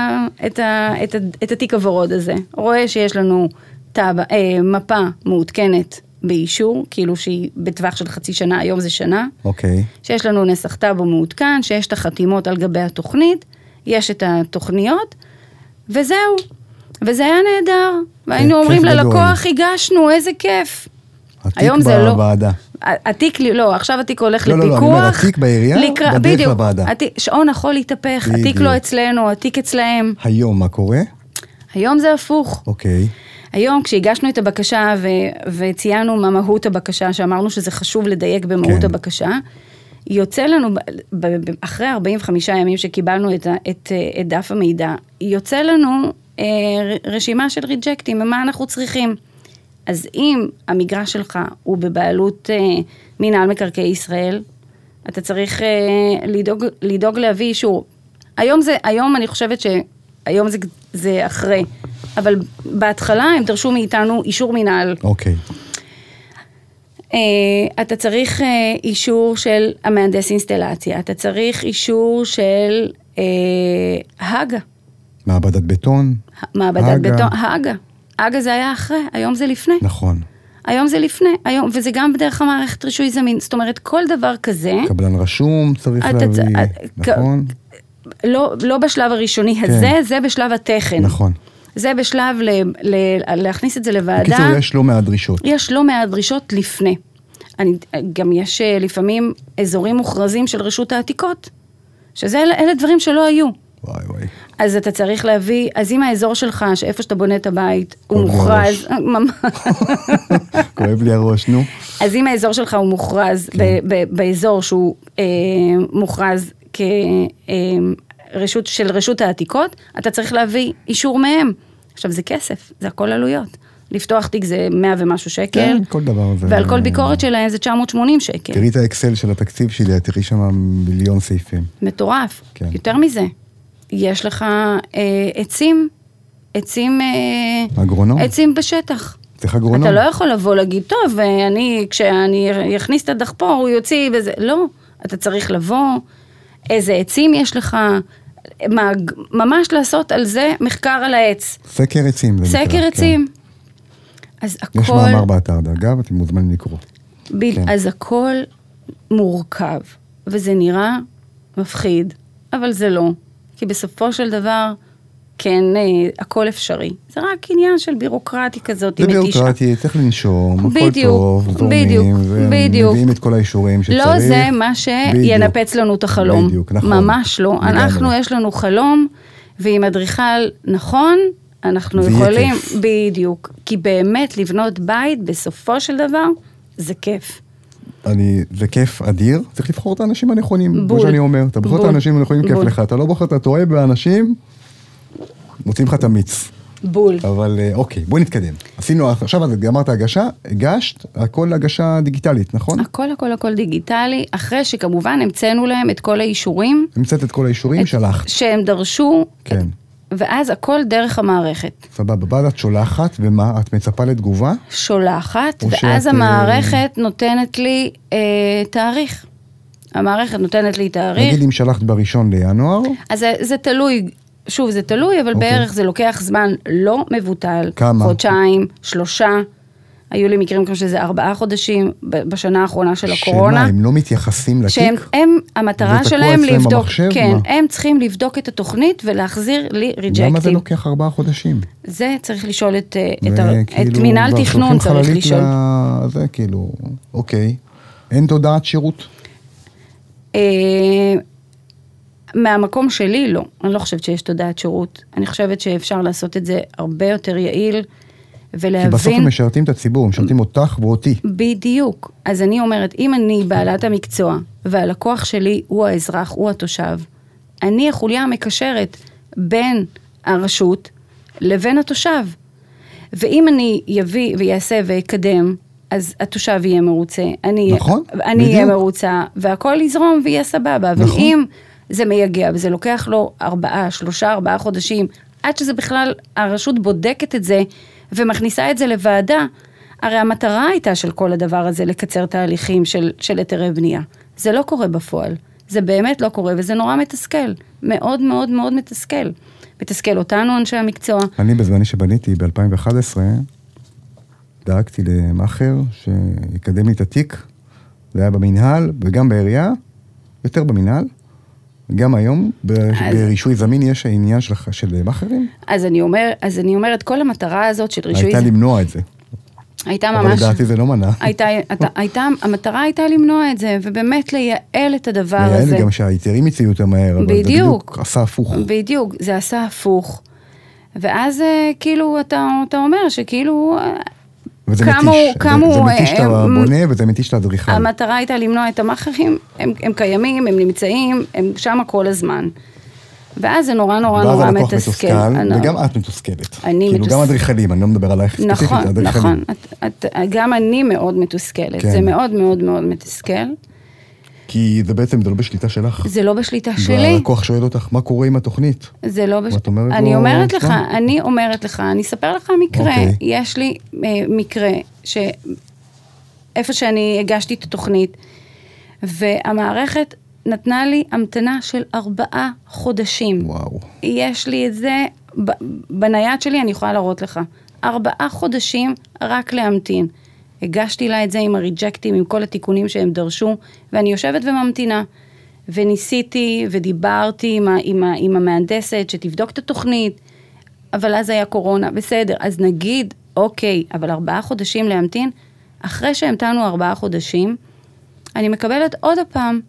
את התיק הוורוד הזה. רואה שיש לנו מפה מעודכנת באישור, כאילו שהיא בטווח של חצי שנה, היום זה שנה. אוקיי. שיש לנו נסח טאבו מעודכן, שיש את החתימות על גבי התוכנית, יש את התוכניות, וזהו. וזה היה נהדר. והיינו אומרים ללקוח, הגשנו, איזה כיף. התיק בוועדה. התיק, לא, עכשיו התיק הולך לפיקוח. לא, אני אומר, התיק בעירייה, בדרך לוועדה. שעון החול להתהפך, התיק לא אצלנו, התיק אצלהם. היום מה קורה? היום זה הפוך. אוקיי. היום כשהגשנו את הבקשה וציינו מה מהות הבקשה, שאמרנו שזה חשוב לדייק במהות הבקשה, יוצא לנו, אחרי 45 ימים שקיבלנו את דף המידע, יוצא לנו רשימה של ריג'קטים, מה אנחנו צריכים. אז אם המגרש שלך הוא בבעלות מינהל מקרקעי ישראל, אתה צריך לדאוג להביא אישור. היום אני חושבת שהיום זה אחרי, אבל בהתחלה הם דרשו מאיתנו אישור מינהל. אוקיי. אתה צריך אישור של המהנדס אינסטלציה, אתה צריך אישור של הגה. מעבדת בטון. מעבדת בטון, הגה. הגה זה היה אחרי, היום זה לפני. נכון. היום זה לפני, היום, וזה גם בדרך המערכת רישוי זמין, זאת אומרת, כל דבר כזה... קבלן רשום צריך להביא, נכון? לא בשלב הראשוני הזה, זה בשלב התכן. נכון. זה בשלב להכניס את זה לוועדה. בקיצור, יש לא מעט דרישות. יש לא מעט דרישות לפני. גם יש לפעמים אזורים מוכרזים של רשות העתיקות, אלה דברים שלא היו. וואי וואי. אז אתה צריך להביא, אז אם האזור שלך, שאיפה שאתה בונה את הבית, הוא מוכרז, כואב לי הראש, נו. אז אם האזור שלך הוא מוכרז, באזור שהוא מוכרז של רשות העתיקות, אתה צריך להביא אישור מהם. עכשיו זה כסף, זה הכל עלויות. לפתוח תיק זה 100 ומשהו שקל. כן, כל דבר זה... ועל כל ביקורת שלהם זה 980 שקל. תראי את האקסל של התקציב שלי, תראי שם מיליון סעיפים. מטורף. יותר מזה. יש לך עצים אגרונום? עצים בשטח. צריך אגרונום. אתה לא יכול לבוא להגיד, טוב, כשאני אכניס את הדחפור, הוא יוציא בזה. לא, אתה צריך לבוא, איזה עצים יש לך, ממש לעשות על זה מחקר על העץ. סקר עצים. סקר עצים. אז הכל... יש מאמר באתר, אגב, אתם מוזמנים לקרוא. אז הכל מורכב, וזה נראה מפחיד, אבל זה לא. כי בסופו של דבר, כן, הכל אפשרי. זה רק עניין של בירוקרטי כזאת. זה בירוקרטי, צריך לנשום, הכל טוב, זורמים, ומביאים את כל האישורים שצריך. לא זה מה שינפץ לנו את החלום. בדיוק, נכון. ממש לא. אנחנו, יש לנו חלום, ועם אדריכל נכון, אנחנו יכולים, בדיוק. כי באמת לבנות בית, בסופו של דבר, זה כיף. זה כיף אדיר, צריך לבחור את האנשים הנכונים, כמו שאני אומר, אתה בוחר את האנשים הנכונים, כיף לך, אתה לא בוחר, אתה טועה באנשים, מוצאים לך את המיץ. בול. אבל אוקיי, בואי נתקדם. עשינו, עכשיו אמרת הגשה, הגשת, הכל הגשה דיגיטלית, נכון? הכל דיגיטלי, אחרי שכמובן המצאנו להם את כל האישורים. המצאת את כל האישורים, שלחת. שהם דרשו, כן. ואז הכל דרך המערכת. סבבה, בעד את שולחת, ומה, את מצפה לתגובה? שולחת, ואז המערכת נותנת לי תאריך. המערכת נותנת לי תאריך. נגיד אם שלחת בראשון לינואר. אז זה תלוי, שוב זה תלוי, אבל בערך זה לוקח זמן לא מבוטל. כמה? חודשיים, 3. היו לי מקרים כמו שזה 4 חודשים בשנה האחרונה של הקורונה. שמה, הם לא מתייחסים לתיק? המטרה שלהם לבדוק, כן, הם צריכים לבדוק את התוכנית ולהחזיר לי ריג'קטים. למה זה לוקח 4 חודשים? זה צריך לשאול את מינהל תכנון, צריך לשאול. זה כאילו, אוקיי. אין תודעת שירות? מהמקום שלי לא. אני לא חושבת שיש תודעת שירות. אני חושבת שאפשר לעשות את זה הרבה יותר יעיל, ולהבין... כי בסוף הם משרתים את הציבור, הם משרתים אותך ואותי. בדיוק. אז אני אומרת, אם אני בעלת המקצוע, והלקוח שלי הוא האזרח, הוא התושב, אני החוליה המקשרת בין הרשות לבין התושב. ואם אני יביא ויעשה ויקדם, אז התושב יהיה מרוצה. נכון, אני אהיה מרוצה, והכל יזרום ויהיה סבבה. נכון. ואם זה מייגע, וזה לוקח לו 4 חודשים, עד שזה בכלל, הרשות בודקת את זה, ומכניסה את זה לוועדה, הרי המטרה הייתה של כל הדבר הזה, לקצר תהליכים של היתרי בנייה. זה לא קורה בפועל. זה באמת לא קורה, וזה נורא מתסכל. מאוד מאוד מאוד מתסכל. מתסכל אותנו, אנשי המקצוע. אני בזמני שבניתי ב-2011, דאגתי למאחר, שיקדם לי את התיק, זה היה במנהל, וגם בעירייה, יותר במנהל, גם היום, ברישוי זמין יש העניין של מאחרים? אז אני אומרת, כל המטרה הזאת של רישוי... הייתה למנוע את זה. הייתה ממש... אבל לדעתי זה לא מנע. המטרה הייתה למנוע את זה, ובאמת לייעל את הדבר הזה. לייעל גם שהיתרים יציאו יותר מהר, אבל זה בדיוק עשה הפוך. בדיוק, זה עשה הפוך. ואז כאילו אתה אומר שכאילו... וזה מתיש את הבונה וזה מתיש את האדריכל. המטרה הייתה למנוע את המאחרים, הם קיימים, הם נמצאים, הם שם כל הזמן. ואז זה נורא מתסכל. וגם את מתוסכלת. כאילו גם אדריכלים, אני לא מדבר עלייך ספציפית, נכון, גם אני מאוד מתוסכלת. זה מאוד מאוד מאוד מתסכל. כי זה בעצם, זה לא בשליטה שלך. זה לא בשליטה שלי. והלקוח שואל אותך, מה קורה עם התוכנית? זה לא בשליטה. אני אומרת לך, אני אספר לך מקרה. יש לי מקרה איפה שאני הגשתי את התוכנית, והמערכת נתנה לי המתנה של 4 חודשים. וואו. יש לי את זה, בנייד שלי אני יכולה להראות לך. 4 חודשים רק להמתין. הגשתי לה את זה עם הריג'קטים, עם כל התיקונים שהם דרשו, ואני יושבת וממתינה, וניסיתי ודיברתי עם המהנדסת שתבדוק את התוכנית, אבל אז היה קורונה, בסדר, אז נגיד, אוקיי, אבל 4 חודשים להמתין, אחרי שהמתנו 4 חודשים, אני מקבלת עוד הפעם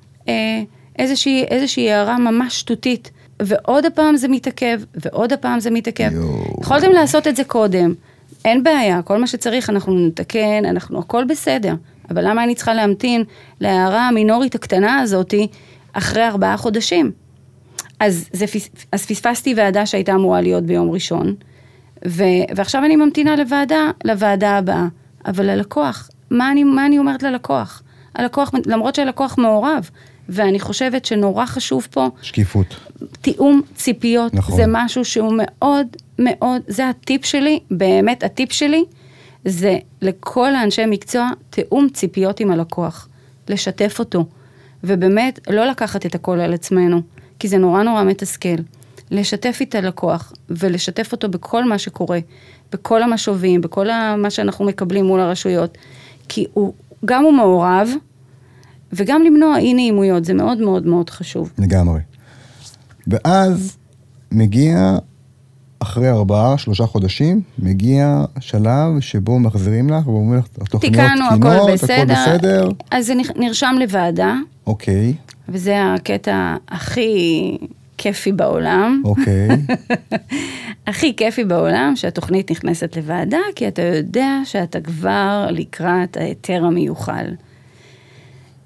איזושהי הערה ממש שטותית, ועוד הפעם זה מתעכב, ועוד הפעם זה מתעכב. יכולתם לעשות את זה קודם, אין בעיה, כל מה שצריך אנחנו נתקן, הכל בסדר, אבל למה אני צריכה להמתין להערה המינורית הקטנה הזאת אחרי 4 חודשים? אז פספסתי ועדה שהייתה אמורה להיות ביום ראשון, ועכשיו אני ממתינה לוועדה הבאה, אבל הלקוח, מה אני אומרת ללקוח? הלקוח, למרות שהלקוח מעורב, ואני חושבת שנורא חשוב פה, שקיפות. תיאום ציפיות, נכון. זה משהו שהוא מאוד מאוד, זה הטיפ שלי, באמת הטיפ שלי, זה לכל האנשי מקצוע, תיאום ציפיות עם הלקוח, לשתף אותו, ובאמת לא לקחת את הכל על עצמנו, כי זה נורא נורא מתסכל, לשתף את הלקוח, ולשתף אותו בכל מה שקורה, בכל המשובים, בכל מה שאנחנו מקבלים מול הרשויות, כי גם הוא מעורב, וגם למנוע אי נעימויות, זה מאוד מאוד מאוד חשוב. לגמרי. ואז מגיע, אחרי 4-3 חודשים, מגיע שלב שבו מחזירים לך, ובו לך, התוכניות תקינות, הכל בסדר. אז זה נרשם לוועדה. אוקיי. וזה הקטע הכי כיפי בעולם. אוקיי. הכי כיפי בעולם, שהתוכנית נכנסת לוועדה, כי אתה יודע שאתה כבר לקראת היתר המיוחל.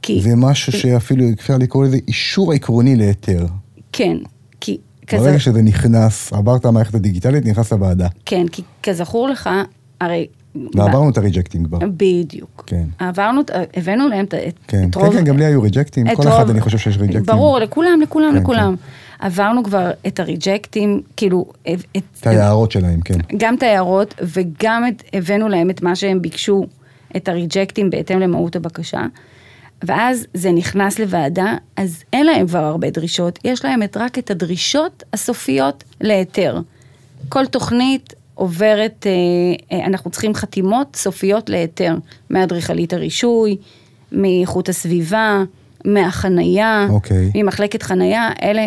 זה משהו שאפילו אפשר לקרוא לזה אישור עקרוני להיתר. כן, כי... ברגע שזה נכנס, עברת המערכת הדיגיטלית, נכנס לוועדה. כן, כי כזכור לך, הרי... ועברנו את הריג'קטים כבר. בדיוק. כן. הבאנו להם את רוב... כן, גם לי היו ריג'קטים, כל אחד אני חושב שיש ריג'קטים. ברור, לכולם. עברנו כבר את הריג'קטים, כאילו... את ההערות שלהם, כן. גם את ההערות, וגם הבאנו להם את מה שהם ביקשו, את הריג'קטים בהתאם למהות הבקשה, ואז זה נכנס לוועדה, אז אין להם כבר הרבה דרישות, יש להם רק את הדרישות הסופיות להיתר. כל תוכנית עוברת, אנחנו צריכים חתימות סופיות להיתר, מאדריכלית הרישוי, מאיכות הסביבה, מהחנייה, ממחלקת חנייה, אלה...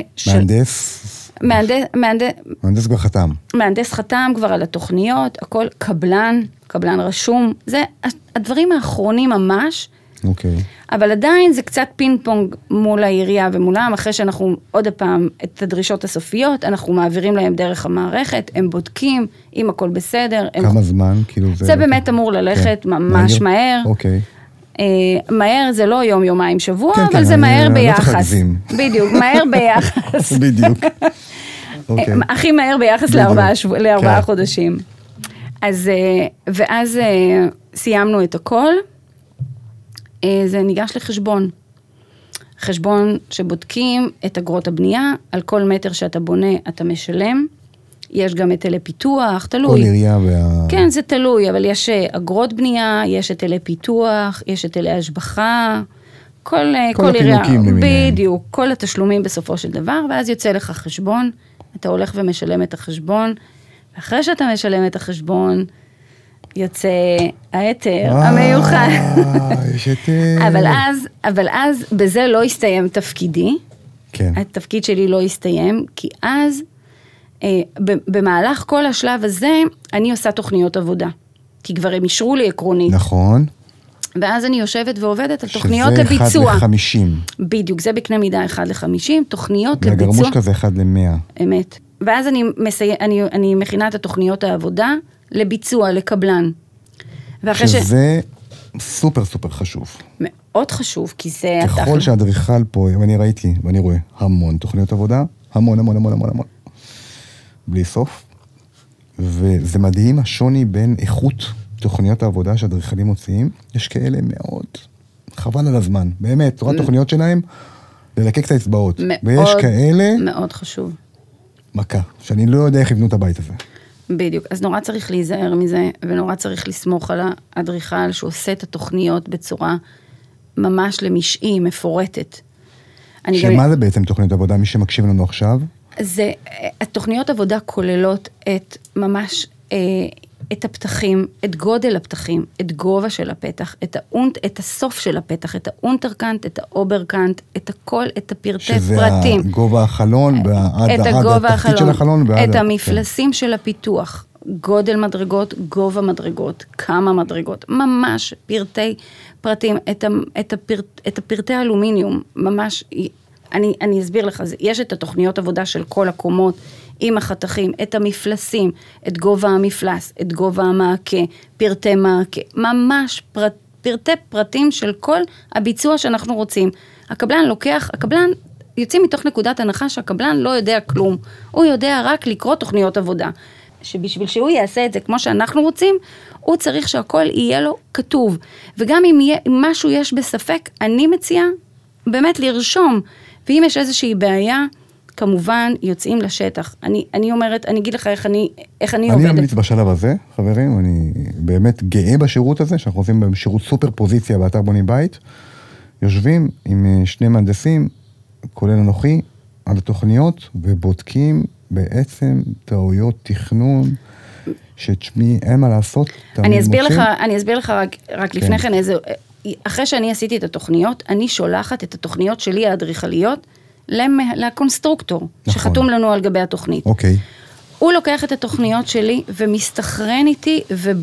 מהנדס כבר חתם. מהנדס חתם כבר על התוכניות, הכל קבלן רשום, זה הדברים האחרונים ממש, אבל עדיין זה קצת פינג פונג מול העירייה ומולם, אחרי שאנחנו עוד הפעם את הדרישות הסופיות, אנחנו מעבירים להם דרך המערכת, הם בודקים, אם הכל בסדר. כמה זמן? זה באמת אמור ללכת ממש מהר. מהר זה לא יום-יומיים שבוע, אבל זה מהר ביחס. בדיוק, מהר ביחס. בדיוק. הכי מהר ביחס לארבעה חודשים. ואז סיימנו את הכל, זה ניגש לחשבון. חשבון שבודקים את אגרות הבנייה, על כל מטר שאתה בונה אתה משלם, יש גם היטלי פיתוח, תלוי. כל עירייה כן, זה תלוי, אבל יש אגרות בנייה, יש היטלי פיתוח, יש היטלי השבחה, כל עירייה, בדיוק, כל התשלומים בסופו של דבר, ואז יוצא לך חשבון, אתה הולך ומשלם את החשבון, ואחרי שאתה משלם את החשבון, יוצא ההיתר המיוחד. יש היתר. אבל אז בזה לא הסתיים תפקידי. כן. התפקיד שלי לא הסתיים, כי אז, במהלך כל השלב הזה, אני עושה תוכניות עבודה. כי כבר הם אישרו לי עקרונית. נכון. ואז אני יושבת ועובדת על תוכניות לביצוע. שזה 1 ל-50. בדיוק, זה בקנה מידה 1 ל-50, תוכניות לביצוע. והגרמוש כזה 1 ל-100. אמת. ואז אני מכינה את התוכניות העבודה לביצוע, לקבלן. שזה סופר סופר חשוב. מאוד חשוב, כי זה... ככל שהאדריכל פה, ואני ראיתי, ואני רואה המון תוכניות עבודה, המון. בלי סוף. וזה מדהים השוני בין איכות תוכניות העבודה שהאדריכלים מוציאים. יש כאלה מאוד חבל על הזמן. באמת, תורת תוכניות שלהם, ללקק את האצבעות. ויש כאלה... מאוד חשוב. מכה, שאני לא יודע איך יבנו את הבית הזה. בדיוק, אז נורא צריך להיזהר מזה, ונורא צריך לסמוך על האדריכל, שעושה את התוכניות בצורה ממש למשעי, מפורטת. שמה זה בעצם תוכניות עבודה, מי שמקשיב לנו עכשיו? התוכניות עבודה כוללות את ממש, את הפתחים, את גודל הפתחים, את גובה של הפתח, את הסוף של הפתח, את האונטרקנט, את האוברקנט, את הכל, את הפרטי פרטים. שזה גובה החלון, עד התחתית של החלון. את המפלסים של הפיתוח, גודל מדרגות, גובה מדרגות, כמה מדרגות, ממש פרטי פרטים, את הפרטי אלומיניום, ממש, אני אסביר לך, יש את התוכניות עבודה של כל הקומות, עם החתכים, את המפלסים, את גובה המפלס, את גובה המעקה, פרטי מעקה, ממש פרטי פרטים של כל הביצוע שאנחנו רוצים. הקבלן יוצאים מתוך נקודת הנחה שהקבלן לא יודע כלום, הוא יודע רק לקרוא תוכניות עבודה, שבשביל שהוא יעשה את זה כמו שאנחנו רוצים, הוא צריך שהכל יהיה לו כתוב, וגם אם משהו יש בספק, אני מציעה באמת לרשום, ואם יש איזושהי בעיה, כמובן יוצאים לשטח. אני אומרת, אני אגיד לך איך אני עובדת. אני ממליץ בשלב הזה, חברים, אני באמת גאה בשירות הזה, שאנחנו עושים בשירות סופר פוזיציה באתר בונים בית, יושבים עם 2 מהנדסים, כולל אנוכי, על התוכניות, ובודקים בעצם טעויות תכנון, שתשמעי, אין מה לעשות. אני אסביר לך רק לפני כן איזה, אחרי שאני עשיתי את התוכניות, אני שולחת את התוכניות שלי האדריכליות, לקונסטרוקטור, שחתום לנו על גבי התוכנית. אוקיי. הוא לוקח את התוכניות שלי, ומסתכרן איתי,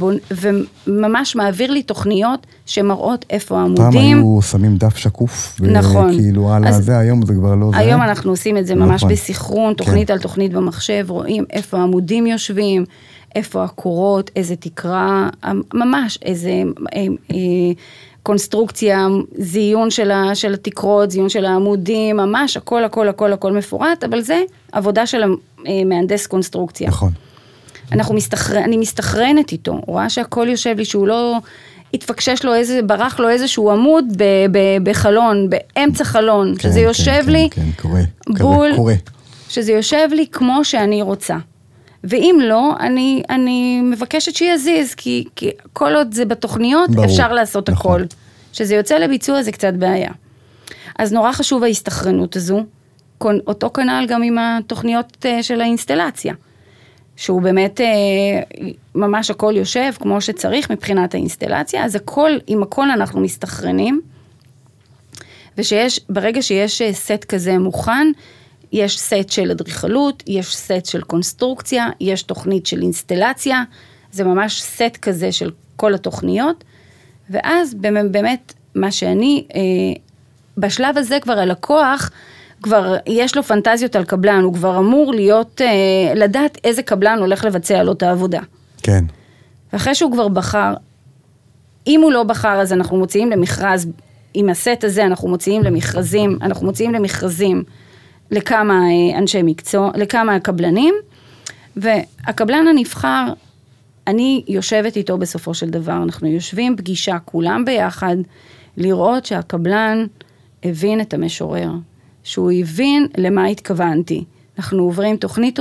וממש מעביר לי תוכניות, שמראות איפה העמודים. פעם היו שמים דף שקוף, נכון. וכאילו על זה, היום זה כבר לא זה. היום אנחנו עושים את זה ממש בסכרון, תוכנית על תוכנית במחשב, רואים איפה העמודים יושבים, איפה הקורות, איזה תקרה, ממש איזה... קונסטרוקציה, זיון של התקרות, זיון של העמודים, ממש הכל מפורט, אבל זה עבודה של המהנדס קונסטרוקציה. נכון. אני מסתכרנת איתו, הוא רואה שהכל יושב לי, שהוא לא התפקשש לו ברח לו איזשהו עמוד בחלון, באמצע חלון, שזה יושב לי, בול, שזה יושב לי כמו שאני רוצה. ואם לא, אני מבקשת שיזיז, כי כל עוד זה בתוכניות, אפשר לעשות הכל. שזה יוצא לביצוע, זה קצת בעיה. אז נורא חשוב ההסתכרנות הזו, אותו כנ"ל גם עם התוכניות של האינסטלציה, שהוא באמת ממש הכל יושב כמו שצריך מבחינת האינסטלציה, אז עם הכל אנחנו מסתכרנים, ברגע שיש סט כזה מוכן, יש סט של אדריכלות, יש סט של קונסטרוקציה, יש תוכנית של אינסטלציה, זה ממש סט כזה של כל התוכניות, ואז באמת מה שאני, בשלב הזה כבר הלקוח, כבר יש לו פנטזיות על קבלן, הוא כבר אמור להיות, לדעת איזה קבלן הולך לבצע לו את העבודה. כן. ואחרי שהוא כבר בחר, אם הוא לא בחר, אז אנחנו מוציאים למכרז, עם הסט הזה אנחנו מוציאים למכרזים, לכמה אנשי מקצוע, לכמה קבלנים, והקבלן הנבחר, אני יושבת איתו בסופו של דבר, אנחנו יושבים פגישה כולם ביחד, לראות שהקבלן הבין את המשורר, שהוא הבין למה התכוונתי. אנחנו עוברים תוכנית,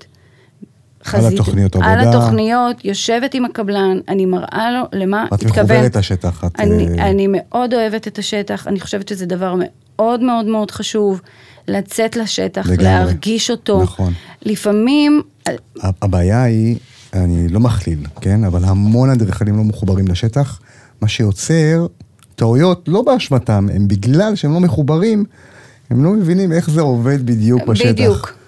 על התוכניות, יושבת עם הקבלן, אני מראה לו למה התכוון. את מחוברת השטח. אני מאוד אוהבת את השטח, אני חושבת שזה דבר מאוד מאוד מאוד חשוב, לצאת לשטח, להרגיש אותו. נכון. לפעמים... הבעיה היא, אני לא מכליל, כן? אבל המון אדריכלים לא מחוברים לשטח, מה שיוצר טעויות לא באשמתם, הם בגלל שהם לא מחוברים, הם לא מבינים איך זה עובד בדיוק בשטח. בדיוק.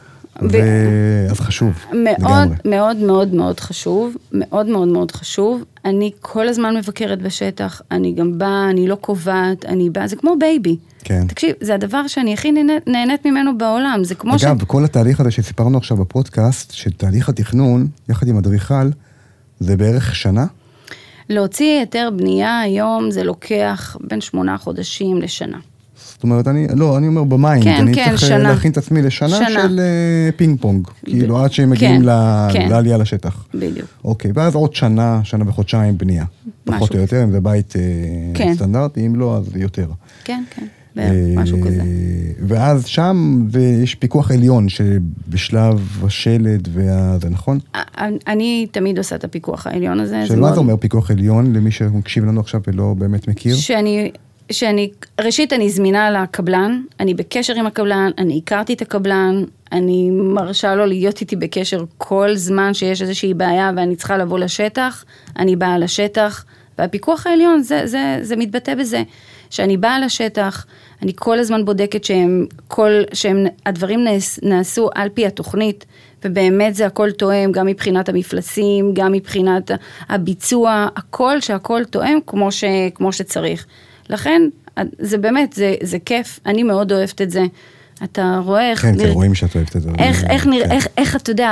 אז חשוב. מאוד מאוד מאוד חשוב, מאוד מאוד מאוד חשוב. אני כל הזמן מבקרת בשטח, אני גם באה, אני לא קובעת, אני באה, זה כמו בייבי. כן. תקשיב, זה הדבר שאני הכי נהנית ממנו בעולם, זה כמו אגב, כל התהליך הזה שסיפרנו עכשיו בפודקאסט, של תהליך התכנון, יחד עם אדריכל, זה בערך שנה? להוציא היתר בנייה היום, זה לוקח בין 8 חודשים לשנה. זאת אומרת, אני אומר במיינד, אני צריך להכין את עצמי לשנה של פינג פונג, כאילו עד שהם מגיעים לעלייה לשטח. בדיוק. אוקיי, ואז עוד שנה וחודשיים בנייה. פחות או יותר, אם זה בית סטנדרטי, אם לא, אז יותר. כן, משהו כזה. ואז שם יש פיקוח עליון שבשלב השלד זה נכון? אני תמיד עושה את הפיקוח העליון הזה. שמה זה אומר פיקוח עליון למי שמקשיב לנו עכשיו ולא באמת מכיר? ראשית אני זמינה לקבלן, אני בקשר עם הקבלן, אני הכרתי את הקבלן, אני מרשה לו להיות איתי בקשר כל זמן שיש איזושהי בעיה ואני צריכה לבוא לשטח, אני באה לשטח, והפיקוח העליון זה מתבטא בזה, שאני באה לשטח, אני כל הזמן בודקת שהדברים נעשו על פי התוכנית, ובאמת זה הכל תואם, גם מבחינת המפלסים, גם מבחינת הביצוע, שהכל תואם כמו שצריך. לכן, זה באמת, זה כיף, אני מאוד אוהבת את זה. אתה רואה איך... כן, אתם רואים שאת אוהבת את זה. איך אתה יודע,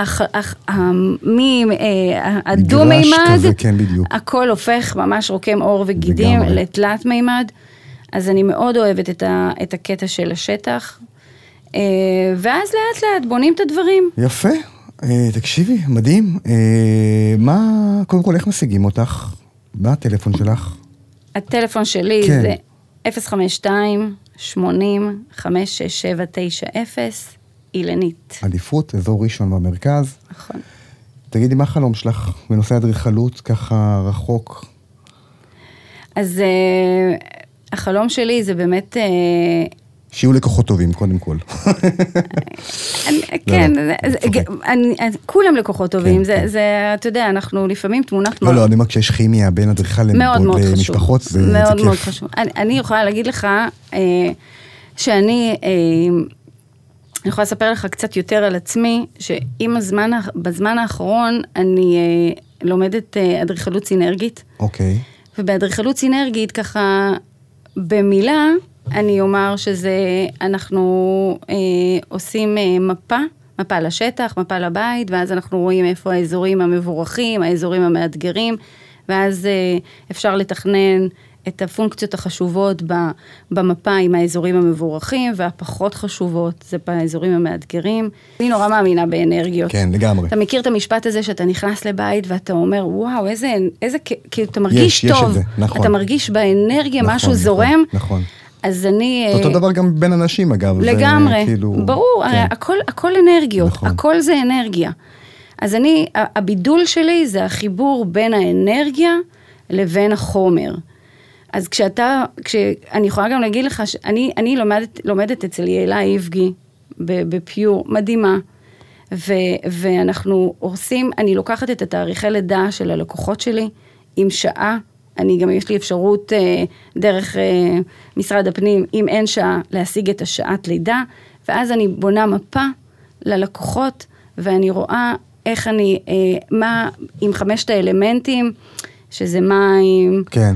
הדו-מימד, הכל הופך ממש רוקם אור וגידים לתלת מימד, אז אני מאוד אוהבת את הקטע של השטח, ואז לאט לאט בונים את הדברים. יפה, תקשיבי, מדהים. קודם כל, איך משיגים אותך? מה הטלפון שלך? הטלפון שלי זה 052-80-56790, אילנית. אליפות, אזור ראשון במרכז. נכון. תגידי, מה החלום שלך בנושא אדריכלות, ככה רחוק? אז החלום שלי זה באמת... שיהיו לקוחות טובים, קודם כל. כן, כולם לקוחות טובים, זה, אתה יודע, אנחנו לפעמים תמונת... לא, אני אומר, כשיש כימיה בין אדריכל למשפחות, זה כיף. מאוד מאוד חשוב. אני יכולה להגיד לך, שאני יכולה לספר לך קצת יותר על עצמי, בזמן האחרון אני לומדת אדריכלות סינרגית. אוקיי. ובאדריכלות סינרגית, ככה, במילה, אני אומר אנחנו עושים מפה לשטח, מפה לבית, ואז אנחנו רואים איפה האזורים המבורכים, האזורים המאתגרים, ואז אפשר לתכנן את הפונקציות החשובות במפה עם האזורים המבורכים, והפחות חשובות, זה באזורים המאתגרים. אני נורא מאמינה באנרגיות. כן, לגמרי. אתה מכיר את המשפט הזה שאתה נכנס לבית, ואתה אומר, וואו, איזה כאילו, אתה מרגיש טוב. יש את זה, נכון. אתה מרגיש באנרגיה, נכון, משהו נכון, זורם. נכון. אז אני... אותו דבר גם בין אנשים, אגב. לגמרי, כאילו... ברור, כן. הכל אנרגיות, נכון. הכל זה אנרגיה. אז הבידול שלי זה החיבור בין האנרגיה לבין החומר. אז אני יכולה גם להגיד לך, אני לומדת אצל יעלה איבגי, בפיור, מדהימה, ואנחנו עושים, אני לוקחת את התאריכי לידה של הלקוחות שלי, עם שעה, גם יש לי אפשרות דרך משרד הפנים, אם אין שעה, להשיג את השעת לידה, ואז אני בונה מפה ללקוחות, ואני רואה איך אני, מה עם 5 האלמנטים, שזה מים, כן.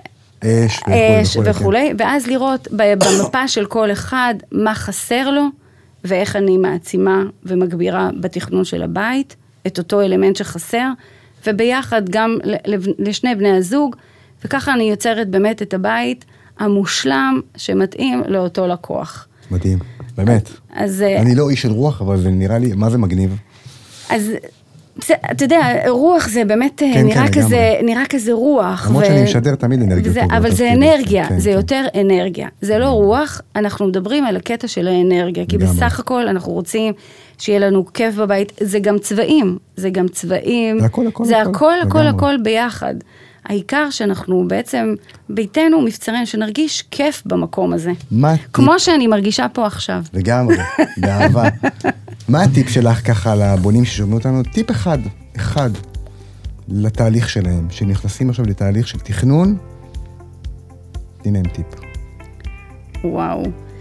אש וכולי, ואז לראות במפה של כל אחד מה חסר לו, ואיך אני מעצימה ומגבירה בתכנון של הבית, את אותו אלמנט שחסר, וביחד גם לשני בני הזוג, וככה אני יוצרת באמת את הבית המושלם שמתאים לאותו לקוח. מדהים, באמת. אני לא איש של רוח, אבל זה נראה לי, מה זה מגניב? אז אתה יודע, רוח זה באמת נראה כזה רוח. למרות שאני משדר תמיד אנרגיה. אבל זה אנרגיה, זה יותר אנרגיה. זה לא רוח, אנחנו מדברים על הקטע של האנרגיה, כי בסך הכל אנחנו רוצים שיהיה לנו כיף בבית, זה גם צבעים, זה הכל ביחד. העיקר שאנחנו בעצם, ביתנו מבצרים, שנרגיש כיף במקום הזה. כמו שאני מרגישה פה עכשיו. לגמרי, באהבה. מה הטיפ שלך ככה לבונים ששומעים אותנו? טיפ אחד לתהליך שלהם, שנכנסים עכשיו לתהליך של תכנון, תני להם טיפ. וואו.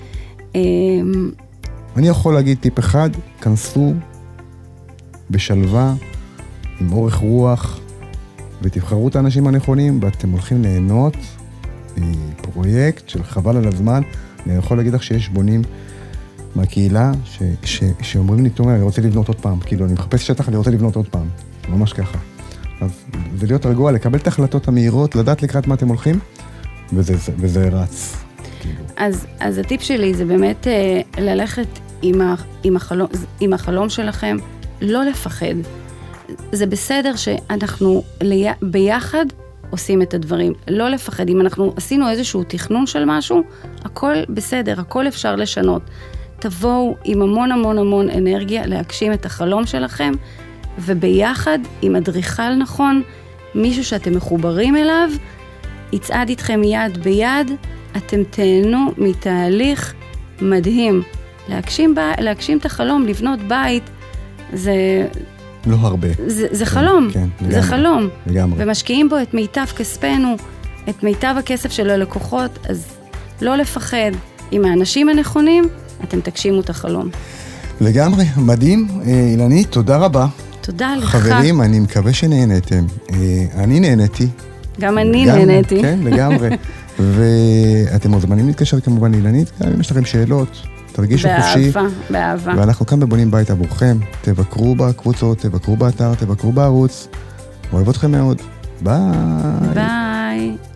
אני יכול להגיד טיפ אחד, כנסו בשלווה, עם אורך רוח, ותבחרו את האנשים הנכונים, ואתם הולכים ליהנות פרויקט של חבל על הזמן. אני יכול להגיד לך שיש בונים מהקהילה שאומרים לי, תומר, אני רוצה לבנות עוד פעם. כאילו, אני מחפש שטח, אני רוצה לבנות עוד פעם. ממש ככה. אז זה להיות רגוע, לקבל את ההחלטות המהירות, לדעת לקראת מה אתם הולכים, וזה רץ. אז הטיפ שלי זה באמת ללכת עם החלום שלכם, לא לפחד. זה בסדר שאנחנו ביחד עושים את הדברים, לא לפחד. אם אנחנו עשינו איזשהו תכנון של משהו, הכל בסדר, הכל אפשר לשנות. תבואו עם המון אנרגיה להגשים את החלום שלכם, וביחד עם אדריכל נכון, מישהו שאתם מחוברים אליו, יצעד איתכם יד ביד, אתם תהנו מתהליך מדהים. להגשים את החלום, לבנות בית, זה... לא הרבה. זה חלום, כן, זה חלום. לגמרי. ומשקיעים בו את מיטב כספנו, את מיטב הכסף של הלקוחות, אז לא לפחד. עם האנשים הנכונים, אתם תגשימו את החלום. לגמרי, מדהים. אילנית, תודה רבה. תודה לך. חברים, אני מקווה שנהנתם. אני נהניתי. גם אני נהניתי. כן, לגמרי. ואתם מוזמנים להתקשר כמובן לאילנית, גם אם יש לכם שאלות. תרגישו חופשי. באהבה. ואנחנו כאן בבונים בית עבורכם. תבקרו בקבוצות, תבקרו באתר, תבקרו בערוץ. אוהב אתכם מאוד. ביי. ביי.